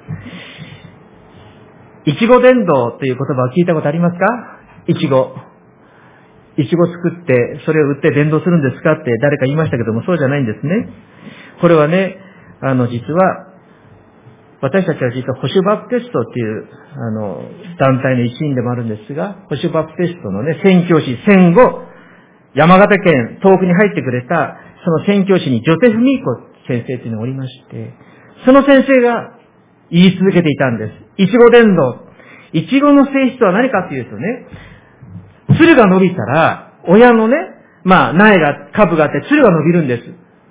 いちご伝道という言葉を聞いたことありますか？いちご作って、それを売って伝道するんですかって誰か言いましたけども、そうじゃないんですね。これはね、実は、私たちは実は保守バプテストっていう、団体の一員でもあるんですが、保守バプテストのね、宣教師、戦後、山形県東北に入ってくれた、その宣教師にジョセフ・ミーコ先生っていうのがおりまして、その先生が言い続けていたんです。いちご伝道。いちごの性質は何かというとね、つるが伸びたら、親のね、苗が、株があってつるが伸びるんです。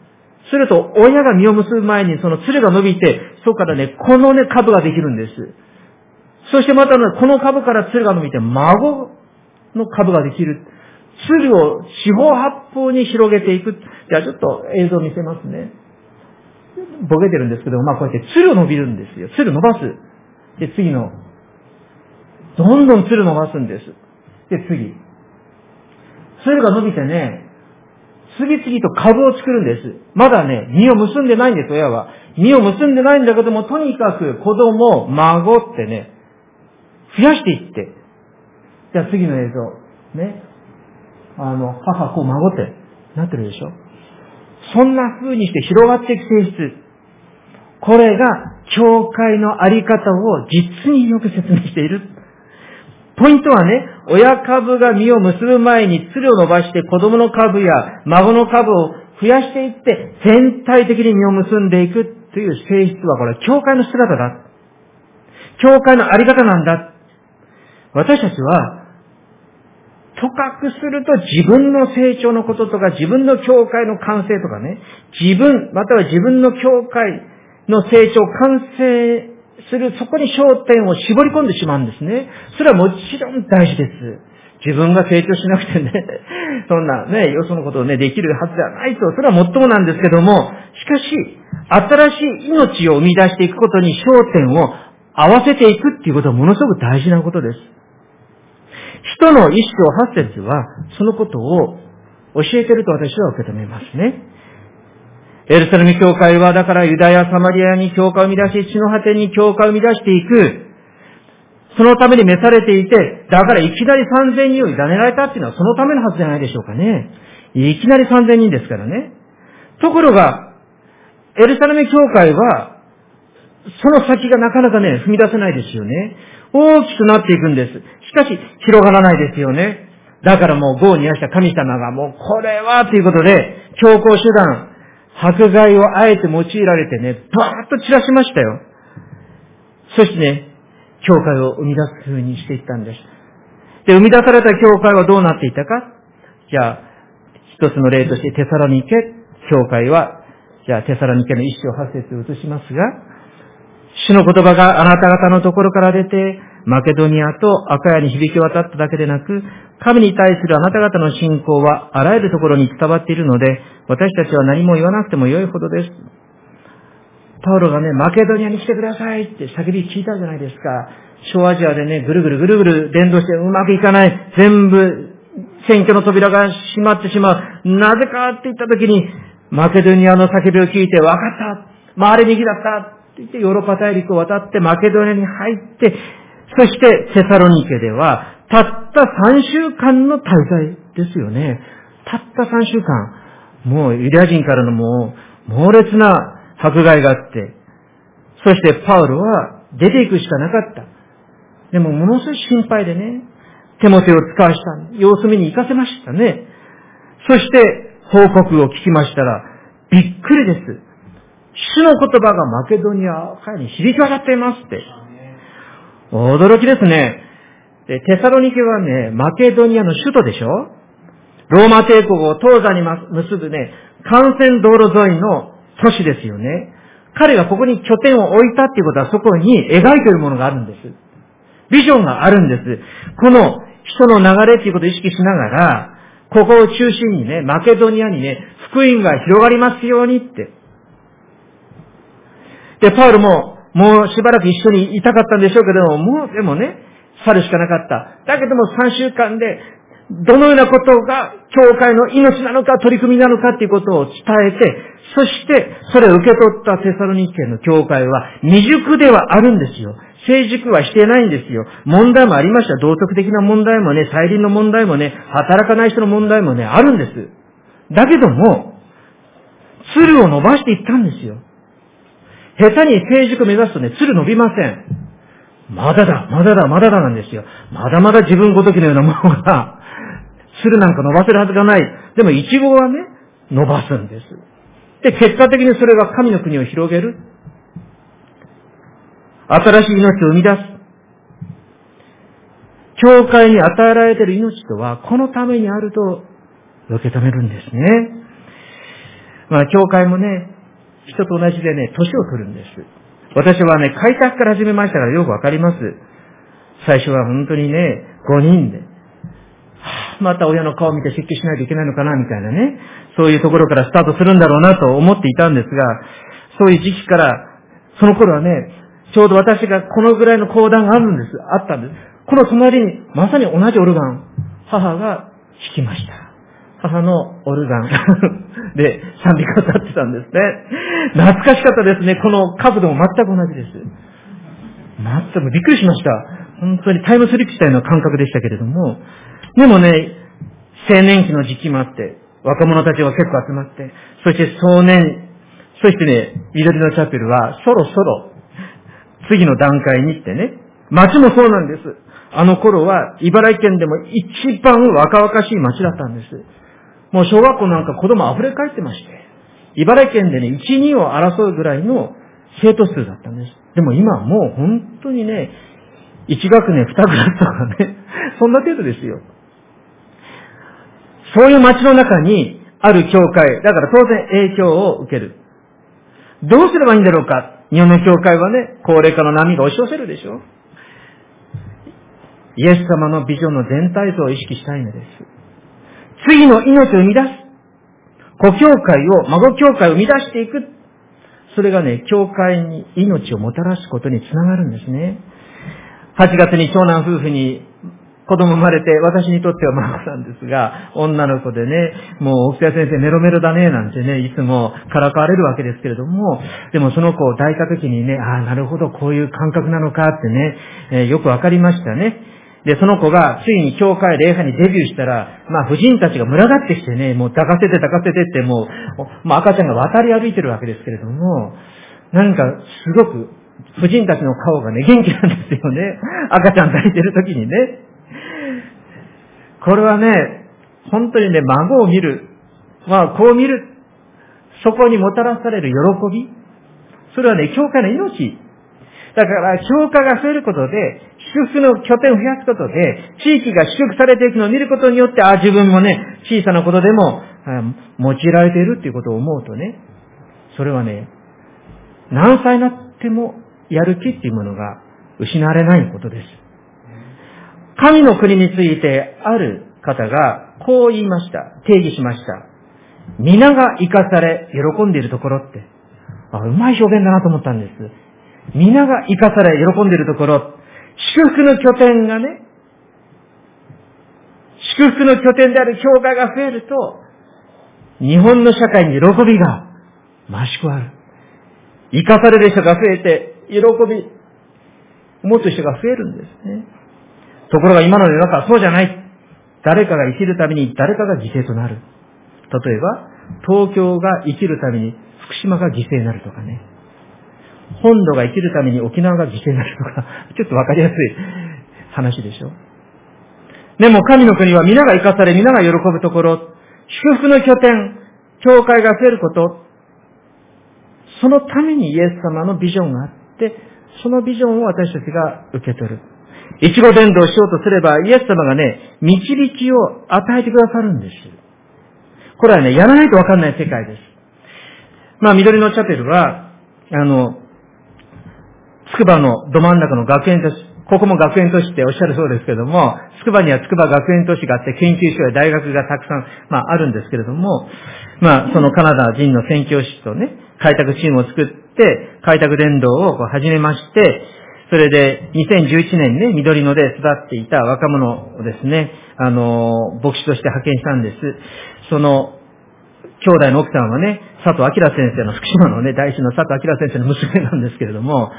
すると、親が実を結ぶ前にそのつるが伸びて、そこからね、このね、株ができるんです。そしてまたね、この株からつるが伸びて、孫の株ができる。つるを四方八方に広げていく。じゃあちょっと映像見せますね。ボケてるんですけど、こうやってつる伸びるんですよ。つる伸ばす。で、次の。どんどんつる伸ばすんです。で、次。つるが伸びてね、次々と株を作るんです。まだね、実を結んでないんです、親は。実を結んでないんだけども、とにかく子供、孫ってね、増やしていって。じゃあ次の映像。ね。母、子、孫ってなってるでしょ。そんな風にして広がっていく性質。これが、教会のあり方を実によく説明している。ポイントはね、親株が実を結ぶ前につるを伸ばして子供の株や孫の株を増やしていって全体的に実を結んでいくという性質はこれは教会の姿だ。教会のあり方なんだ。私たちは、とかくすると自分の成長のこととか自分の教会の完成とかね、または自分の教会の成長、完成する、そこに焦点を絞り込んでしまうんですね。それはもちろん大事です。自分が成長しなくてね、そんなね、よそのことをね、できるはずではないと、それはもっともなんですけども、しかし、新しい命を生み出していくことに焦点を合わせていくっていうことはものすごく大事なことです。人の一章八節は、そのことを教えていると私は受け止めますね。エルサレム教会はだからユダヤ、サマリアに教会を生み出し、地の果てに教会を生み出していく。そのために召されていて、だからいきなり3000人を委ねられたっていうのはそのためのはずじゃないでしょうかね。いきなり3000人ですからね。ところが、エルサレム教会は、その先がなかなかね、踏み出せないですよね。大きくなっていくんです。しかし、広がらないですよね。だからもう、業を煮やした神様がもう、これはということで、強行手段、迫害をあえて用いられてね、バーッと散らしましたよ。そしてね、教会を生み出す風にしていったんです。で、生み出された教会はどうなっていたか？じゃあ、一つの例としてテサロニケ教会は、じゃあテサロニケの一章八節を移しますが、主の言葉があなた方のところから出て、マケドニアとアカヤに響き渡っただけでなく、神に対するあなた方の信仰はあらゆるところに伝わっているので、私たちは何も言わなくてもよいほどです。パウロがね、マケドニアに来てくださいって叫び聞いたじゃないですか。小アジアでね、ぐるぐる伝道してうまくいかない。全部、選挙の扉が閉まってしまう。なぜかって言った時に、マケドニアの叫びを聞いて、わかった。回れ右だったって言って、ヨーロッパ大陸を渡ってマケドニアに入って、そしてテサロニケでは、たった3週間の滞在ですよね。たった3週間。もうユダヤ人からのもう、猛烈な迫害があって、そしてパウロは出ていくしかなかった。でもものすごい心配でね、テモテを使わした。様子見に行かせましたね。そして報告を聞きましたら、びっくりです。主の言葉がマケドニアに響き渡っていますって。驚きですね。でテサロニケはね、マケドニアの首都でしょ？ローマ帝国を東西に結ぶね、幹線道路沿いの都市ですよね。彼がここに拠点を置いたっていうことはそこに描いているものがあるんです。ビジョンがあるんです。この人の流れっていうことを意識しながら、ここを中心にね、マケドニアにね、福音が広がりますようにって。で、パウロももうしばらく一緒にいたかったんでしょうけども、でもね、去るしかなかった。だけども3週間で、どのようなことが教会の命なのか取り組みなのかっていうことを伝えて、そしてそれを受け取ったテサロニケの教会は未熟ではあるんですよ。成熟はしていないんですよ。問題もありました。道徳的な問題もね、再臨の問題もね、働かない人の問題もね、あるんです。だけども、鶴を伸ばしていったんですよ。下手に成熟目指すとね、鶴伸びません。まだだなんですよ。まだまだ自分ごときのようなものが、鶴なんか伸ばせるはずがない。でも、イチゴはね、伸ばすんです。で、結果的にそれが神の国を広げる。新しい命を生み出す。教会に与えられている命とは、このためにあると受け止めるんですね。 教会もね、人と同じでね、年を取るんです。私はね、開拓から始めましたからよくわかります。最初は本当にね、5人で、また親の顔を見て説教しないといけないのかな、みたいなね、そういうところからスタートするんだろうなと思っていたんですが、そういう時期から、その頃はね、ちょうど私がこのぐらいの講談があったんです。この隣に、まさに同じオルガン、母が弾きました。母のオルガンで賛美歌を歌ってたんですね。懐かしかったですね。この角度も全く同じです。全くびっくりしました。本当にタイムスリップしたような感覚でしたけれども、でもね、青年期の時期もあって、若者たちが結構集まって、そして壮年、そしてね、緑のチャペルはそろそろ次の段階に行ってね、町もそうなんです。あの頃は茨城県でも一番若々しい町だったんです。もう小学校なんか子供溢れ返ってまして、茨城県でね、1、2を争うぐらいの生徒数だったんです。でも今はもう本当にね、1学年2クラスとかね、そんな程度ですよ。そういう町の中にある教会、だから当然影響を受ける。どうすればいいんだろうか。日本の教会はね、高齢化の波が押し寄せるでしょ。イエス様のビジョンの全体像を意識したいのです。次の命を生み出す。子教会を、孫教会を生み出していく。それがね、教会に命をもたらすことにつながるんですね。8月に長男夫婦に子供生まれて、私にとっては孫なんですが、女の子でね、もう奥谷先生メロメロだね、なんてね、いつもからかわれるわけですけれども、でもその子を抱いた時にね、なるほど、こういう感覚なのかってね、よくわかりましたね。で、その子がついに教会礼拝にデビューしたら、婦人たちが群がってきてね、もう抱かせてってもう赤ちゃんが渡り歩いてるわけですけれども、なんかすごく婦人たちの顔がね、元気なんですよね。赤ちゃん抱いてる時にね。これはね、本当にね、孫を見る。こう見る。そこにもたらされる喜び。それはね、教会の命。だから、教会が増えることで、祝福の拠点を増やすことで、地域が祝福されていくのを見ることによって、自分もね、小さなことでも、用いられているっていうことを思うとね、それはね、何歳になってもやる気っていうものが失われないことです。神の国についてある方がこう言いました。定義しました。皆が生かされ喜んでいるところって、うまい表現だなと思ったんです。皆が生かされ喜んでいるところ、祝福の拠点がね、祝福の拠点である教会が増えると、日本の社会に喜びが増し加わる。生かされる人が増えて、喜び持つ人が増えるんですね。ところが今の世の中はそうじゃない。誰かが生きるために誰かが犠牲となる。例えば、東京が生きるために福島が犠牲になるとかね。本土が生きるために沖縄が犠牲になるとか、ちょっとわかりやすい話でしょ。でも神の国は皆が生かされ、皆が喜ぶところ、祝福の拠点、教会が増えること、そのためにイエス様のビジョンがあって、そのビジョンを私たちが受け取る。一語伝道しようとすれば、イエス様がね、導きを与えてくださるんです。これはね、やらないとわかんない世界です。緑のチャペルは、筑波のど真ん中の学園都市、ここも学園都市っておっしゃるそうですけれども、筑波には筑波学園都市があって、研究所や大学がたくさん、あるんですけれども、そのカナダ人の宣教師とね、開拓チームを作って、開拓伝道を始めまして、それで2011年にね、緑野で育っていた若者をですね、牧師として派遣したんです。その兄弟の奥さんはね、佐藤明先生の福島のね、大師の佐藤明先生の娘なんですけれども、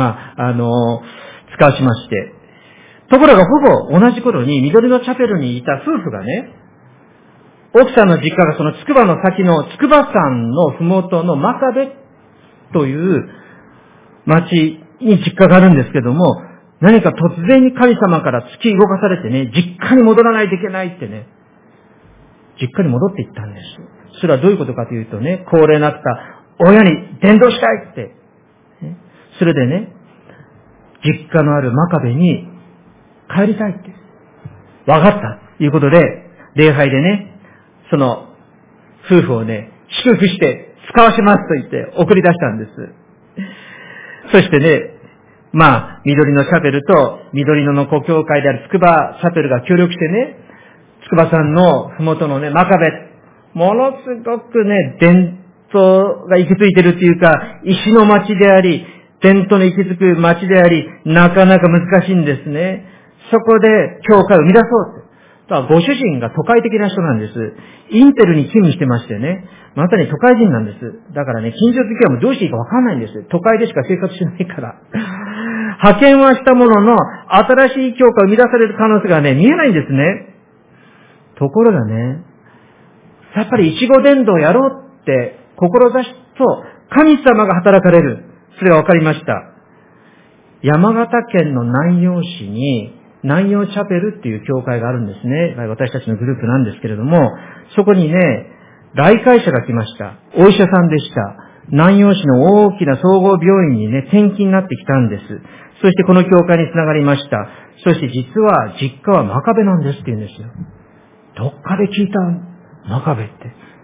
使わしまして。ところがほぼ同じ頃に緑のチャペルにいた夫婦がね、奥さんの実家がその筑波の先の筑波山のふもとの真壁という町に実家があるんですけども、何か突然に神様から突き動かされてね、実家に戻らないといけないってね、実家に戻っていったんです。それはどういうことかというとね、高齢になった親に伝道したいって。それでね、実家のある真壁に帰りたいって。わかったということで、礼拝でね、その夫婦をね、 祝福して使わしますと言って送り出したんです。そしてね、緑のチャペルと緑野の故教会である筑波チャペルが協力してね、筑波山のふもとのね、真壁、ものすごくね、伝統が行き着いてるっていうか、石の町であり、伝統の行き着く町であり、なかなか難しいんですね。そこで教会を生み出そうって。ご主人が都会的な人なんです。インテルに勤務してましてね、まさに都会人なんです。だからね、近所付きはもうどうしていいかわかんないんです。都会でしか生活しないから。派遣はしたものの、新しい教会を生み出される可能性がね、見えないんですね。ところがね、やっぱりいちご伝道をやろうって志すと、神様が働かれる。それが分かりました。山形県の南陽市に、南陽チャペルっていう教会があるんですね。私たちのグループなんですけれども、そこにね、来会者が来ました。お医者さんでした。南陽市の大きな総合病院にね、転勤になってきたんです。そしてこの教会につながりました。そして実は実家は真壁なんですって言うんですよ。どっかで聞いた真壁って。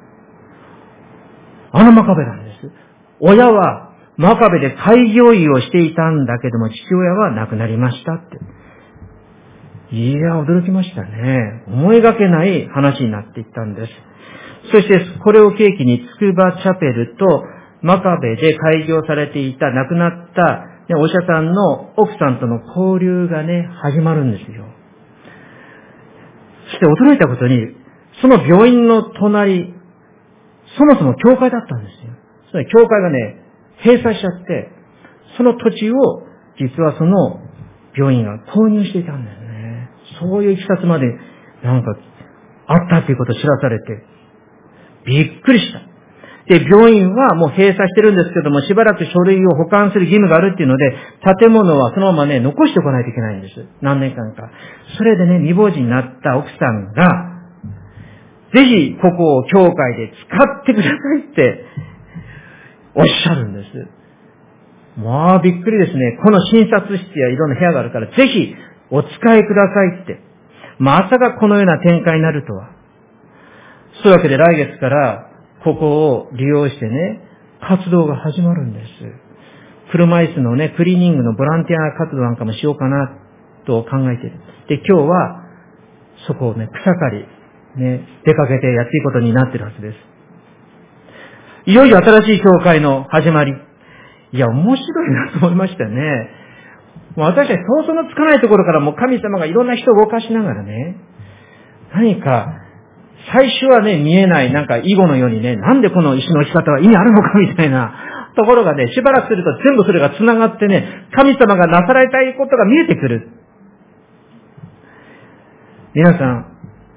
あの真壁なんです。親は真壁で開業医をしていたんだけども、父親は亡くなりましたって。いや、驚きましたね。思いがけない話になっていったんです。そして、これを契機に、筑波チャペルと真壁で開業されていた亡くなったお医者さんの奥さんとの交流がね、始まるんですよ。そして驚いたことに、その病院の隣、そもそも教会だったんですよ。その教会がね、閉鎖しちゃって、その土地を実はその病院が購入していたんだよね。そういういきさつまでなんかあったということを知らされて、びっくりした。で、病院はもう閉鎖してるんですけども、しばらく書類を保管する義務があるっていうので、建物はそのままね、残しておかないといけないんです。何年間か。それでね、未亡人になった奥さんが、ぜひここを教会で使ってくださいっておっしゃるんです。びっくりですね。この診察室やいろんな部屋があるから、ぜひお使いくださいって。まさかこのような展開になるとは。そういうわけで来月からここを利用してね、活動が始まるんです。車椅子のね、クリーニングのボランティア活動なんかもしようかなと考えている。で、今日はそこをね、草刈り、ね、出かけてやっていくことになっているはずです。いよいよ新しい教会の始まり。いや、面白いなと思いましたね。もう私たち想像のつかないところからもう神様がいろんな人を動かしながらね、何か、最初はね、見えない、なんか、囲碁のようにね、なんでこの石の置き方は意味あるのかみたいなところがね、しばらくすると全部それが繋がってね、神様がなされたいことが見えてくる。皆さん、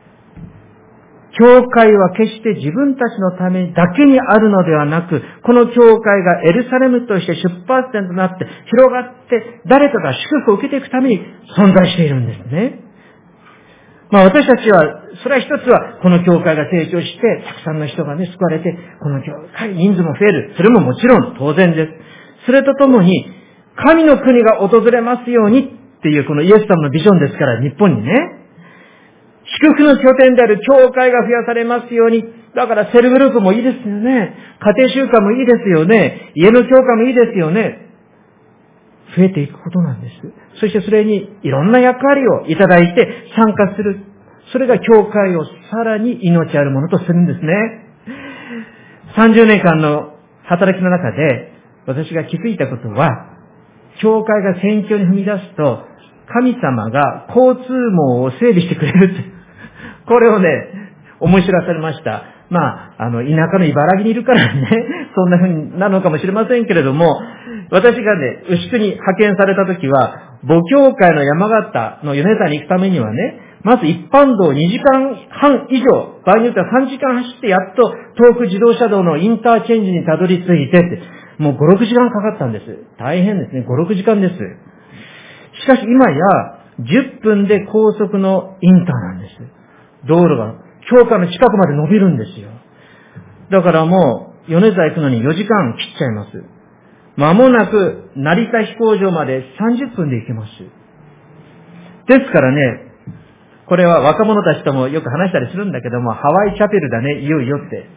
教会は決して自分たちのためだけにあるのではなく、この教会がエルサレムとして出発点となって広がって誰かが祝福を受けていくために存在しているんですね。私たちは、それは一つはこの教会が成長して、たくさんの人がね、救われて、この教会人数も増える。それももちろん当然です。それとともに、神の国が訪れますようにっていうこのイエス様のビジョンですから、日本にね。祝福の拠点である教会が増やされますように。だからセルグループもいいですよね。家庭習慣もいいですよね。家の教会もいいですよね。増えていくことなんです。そしてそれにいろんな役割をいただいて参加する。それが教会をさらに命あるものとするんですね。30年間の働きの中で私が気づいたことは、教会が宣教に踏み出すと神様が交通網を整備してくれるって。これをね、思い知らされました。田舎の茨城にいるからね、そんな風になるのかもしれませんけれども、私がね、牛久に派遣された時は、母教会の山形の米沢に行くためにはね、まず一般道2時間半以上、場合によっては3時間走ってやっと東北自動車道のインターチェンジにたどり着いてって、もう5、6時間かかったんです。大変ですね、5、6時間です。しかし今や10分で高速のインターなんです。道路が教会の近くまで伸びるんですよ。だからもう米沢行くのに4時間切っちゃいます。間もなく成田飛行場まで30分で行けます。ですからね、これは若者たちともよく話したりするんだけども、ハワイチャペルだね、いよいよって。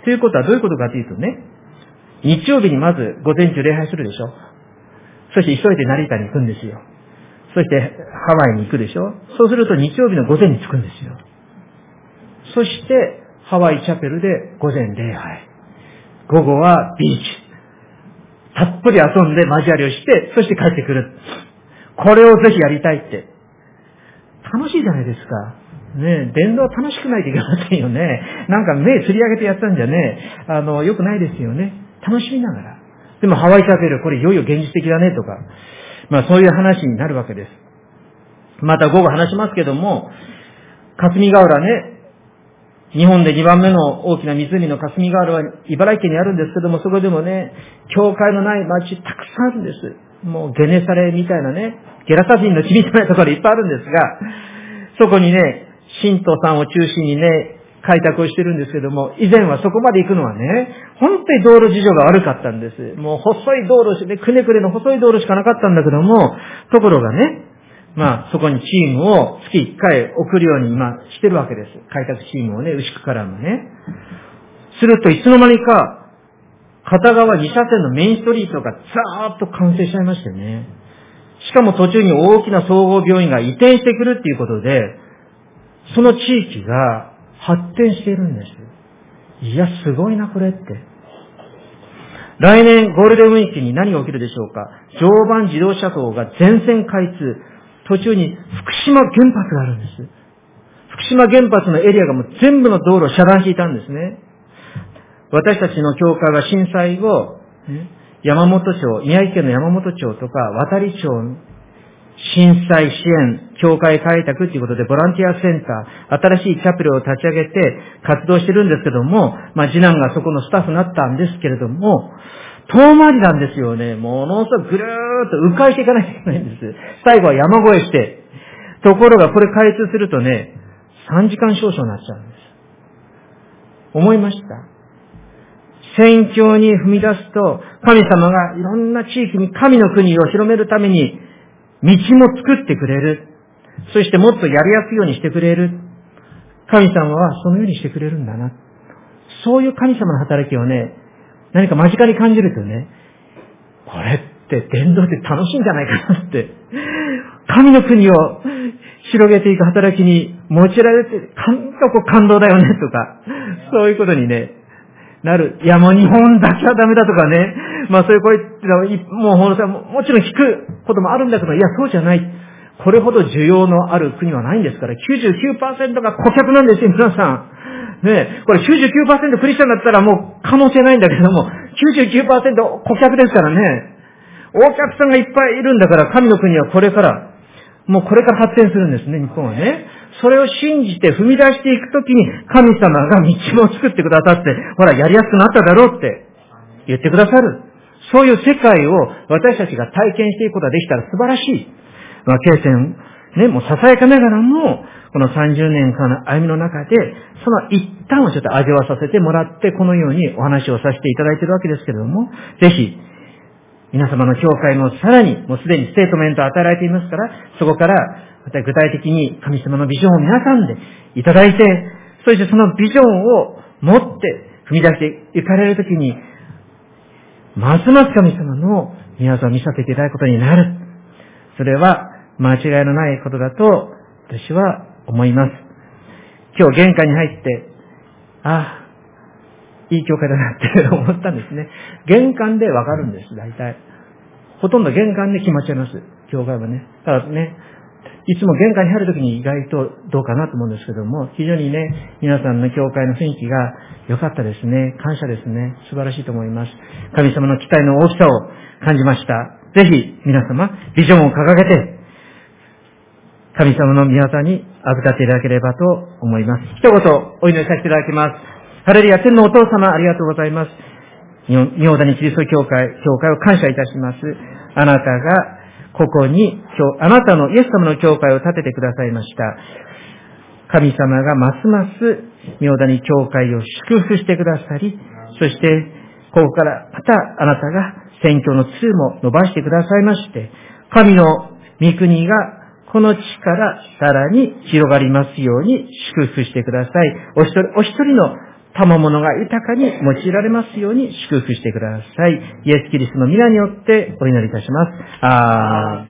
ということはどういうことかというとね、日曜日にまず午前中礼拝するでしょ。そして急いで成田に行くんですよ。そしてハワイに行くでしょ。そうすると日曜日の午前に着くんですよ。そしてハワイチャペルで午前礼拝。午後はビーチ。たっぷり遊んで交わりをして、そして帰ってくる。これをぜひやりたいって。楽しいじゃないですか。ねえ、伝道は楽しくないといけませんよね。なんか目つり上げてやったんじゃね、良くないですよね。楽しみながら。でもハワイチャペル、これいよいよ現実的だねとか、そういう話になるわけです。また午後話しますけども、霞ヶ浦ね、日本で2番目の大きな湖の霞ヶ浦は茨城県にあるんですけども、そこでもね、教会のない町たくさんあるんです。もうゲネサレみたいなね、ゲラサ人の地みたいなところいっぱいあるんですが、そこにね、信徒さんを中心にね、開拓をしてるんですけども、以前はそこまで行くのはね、本当に道路事情が悪かったんです。もう細い道路で、くねくねの細い道路しかなかったんだけども、ところがね、そこにチームを月1回送るように今してるわけです。開拓チームをね、牛久からのね。するといつの間にか、片側2車線のメインストリートがザーッと完成しちゃいましてね。しかも途中に大きな総合病院が移転してくるっていうことで、その地域が発展しているんです。いや、すごいな、これって。来年ゴールデンウィークに何が起きるでしょうか。常磐自動車道が全線開通。途中に福島原発があるんです。福島原発のエリアがもう全部の道路を遮断していたんですね。私たちの教会は震災後、山本町、宮城県の山本町とか渡里町、震災支援、教会開拓ということでボランティアセンター、新しいチャペルを立ち上げて活動してるんですけども、次男がそこのスタッフになったんですけれども、遠回りなんですよね。ものすごくぐるーっと迂回していかなきゃいけないんです。最後は山越えして。ところがこれ開通するとね、3時間少々になっちゃうんです。思いました。宣教に踏み出すと、神様がいろんな地域に神の国を広めるために道も作ってくれる。そしてもっとやりやすいようにしてくれる。神様はそのようにしてくれるんだな。そういう神様の働きをね、何か間近に感じるとね、これって伝道って楽しいんじゃないかなって、神の国を広げていく働きに用いられて、感動だよねとか、そういうことにね、なる。いやもう日本だけはダメだとかね、そういう声ももちろん聞くこともあるんだけど、いやそうじゃない。これほど需要のある国はないんですから、99% が顧客なんですよ、皆さん。ねえ、これ 99% クリスチャンだったらもう可能性ないんだけども、99% 顧客ですからね。お客さんがいっぱいいるんだから、神の国はこれから発展するんですね、日本はね。それを信じて踏み出していくときに、神様が道を作ってくださって、ほら、やりやすくなっただろうって言ってくださる。そういう世界を私たちが体験していくことができたら素晴らしい。経験、ね、もうささやかながらも、この30年間の歩みの中で、その一端をちょっと味わわさせてもらって、このようにお話をさせていただいているわけですけれども、ぜひ、皆様の教会もさらに、もうすでにステートメントを与えられていますから、そこから、また具体的に神様のビジョンを皆さんでいただいて、そしてそのビジョンを持って踏み出していかれるときに、ますます神様の宮沢を見させていただくことになる。それは間違いのないことだと私は思います。今日玄関に入って、いい教会だなって思ったんですね。玄関でわかるんです、大体。ほとんど玄関で決まっちゃいます、教会はね。ただね、いつも玄関に入るときに意外とどうかなと思うんですけども、非常にね、皆さんの教会の雰囲気が良かったですね。感謝ですね。素晴らしいと思います。神様の期待の大きさを感じました。ぜひ皆様、ビジョンを掲げて、神様の御業に預かっていただければと思います。一言お祈りさせていただきます。ハレルヤ、天のお父様、ありがとうございます。妙谷キリスト教会を感謝いたします。あなたがここにあなたのイエス様の教会を建ててくださいました。神様がますます妙谷教会を祝福してくださり、そしてここからまたあなたが宣教の通も伸ばしてくださいまして、神の御国がこの地からさらに広がりますように祝福してください。お一人の賜物が豊かに用いられますように祝福してください。イエス・キリストの皆によってお祈りいたします。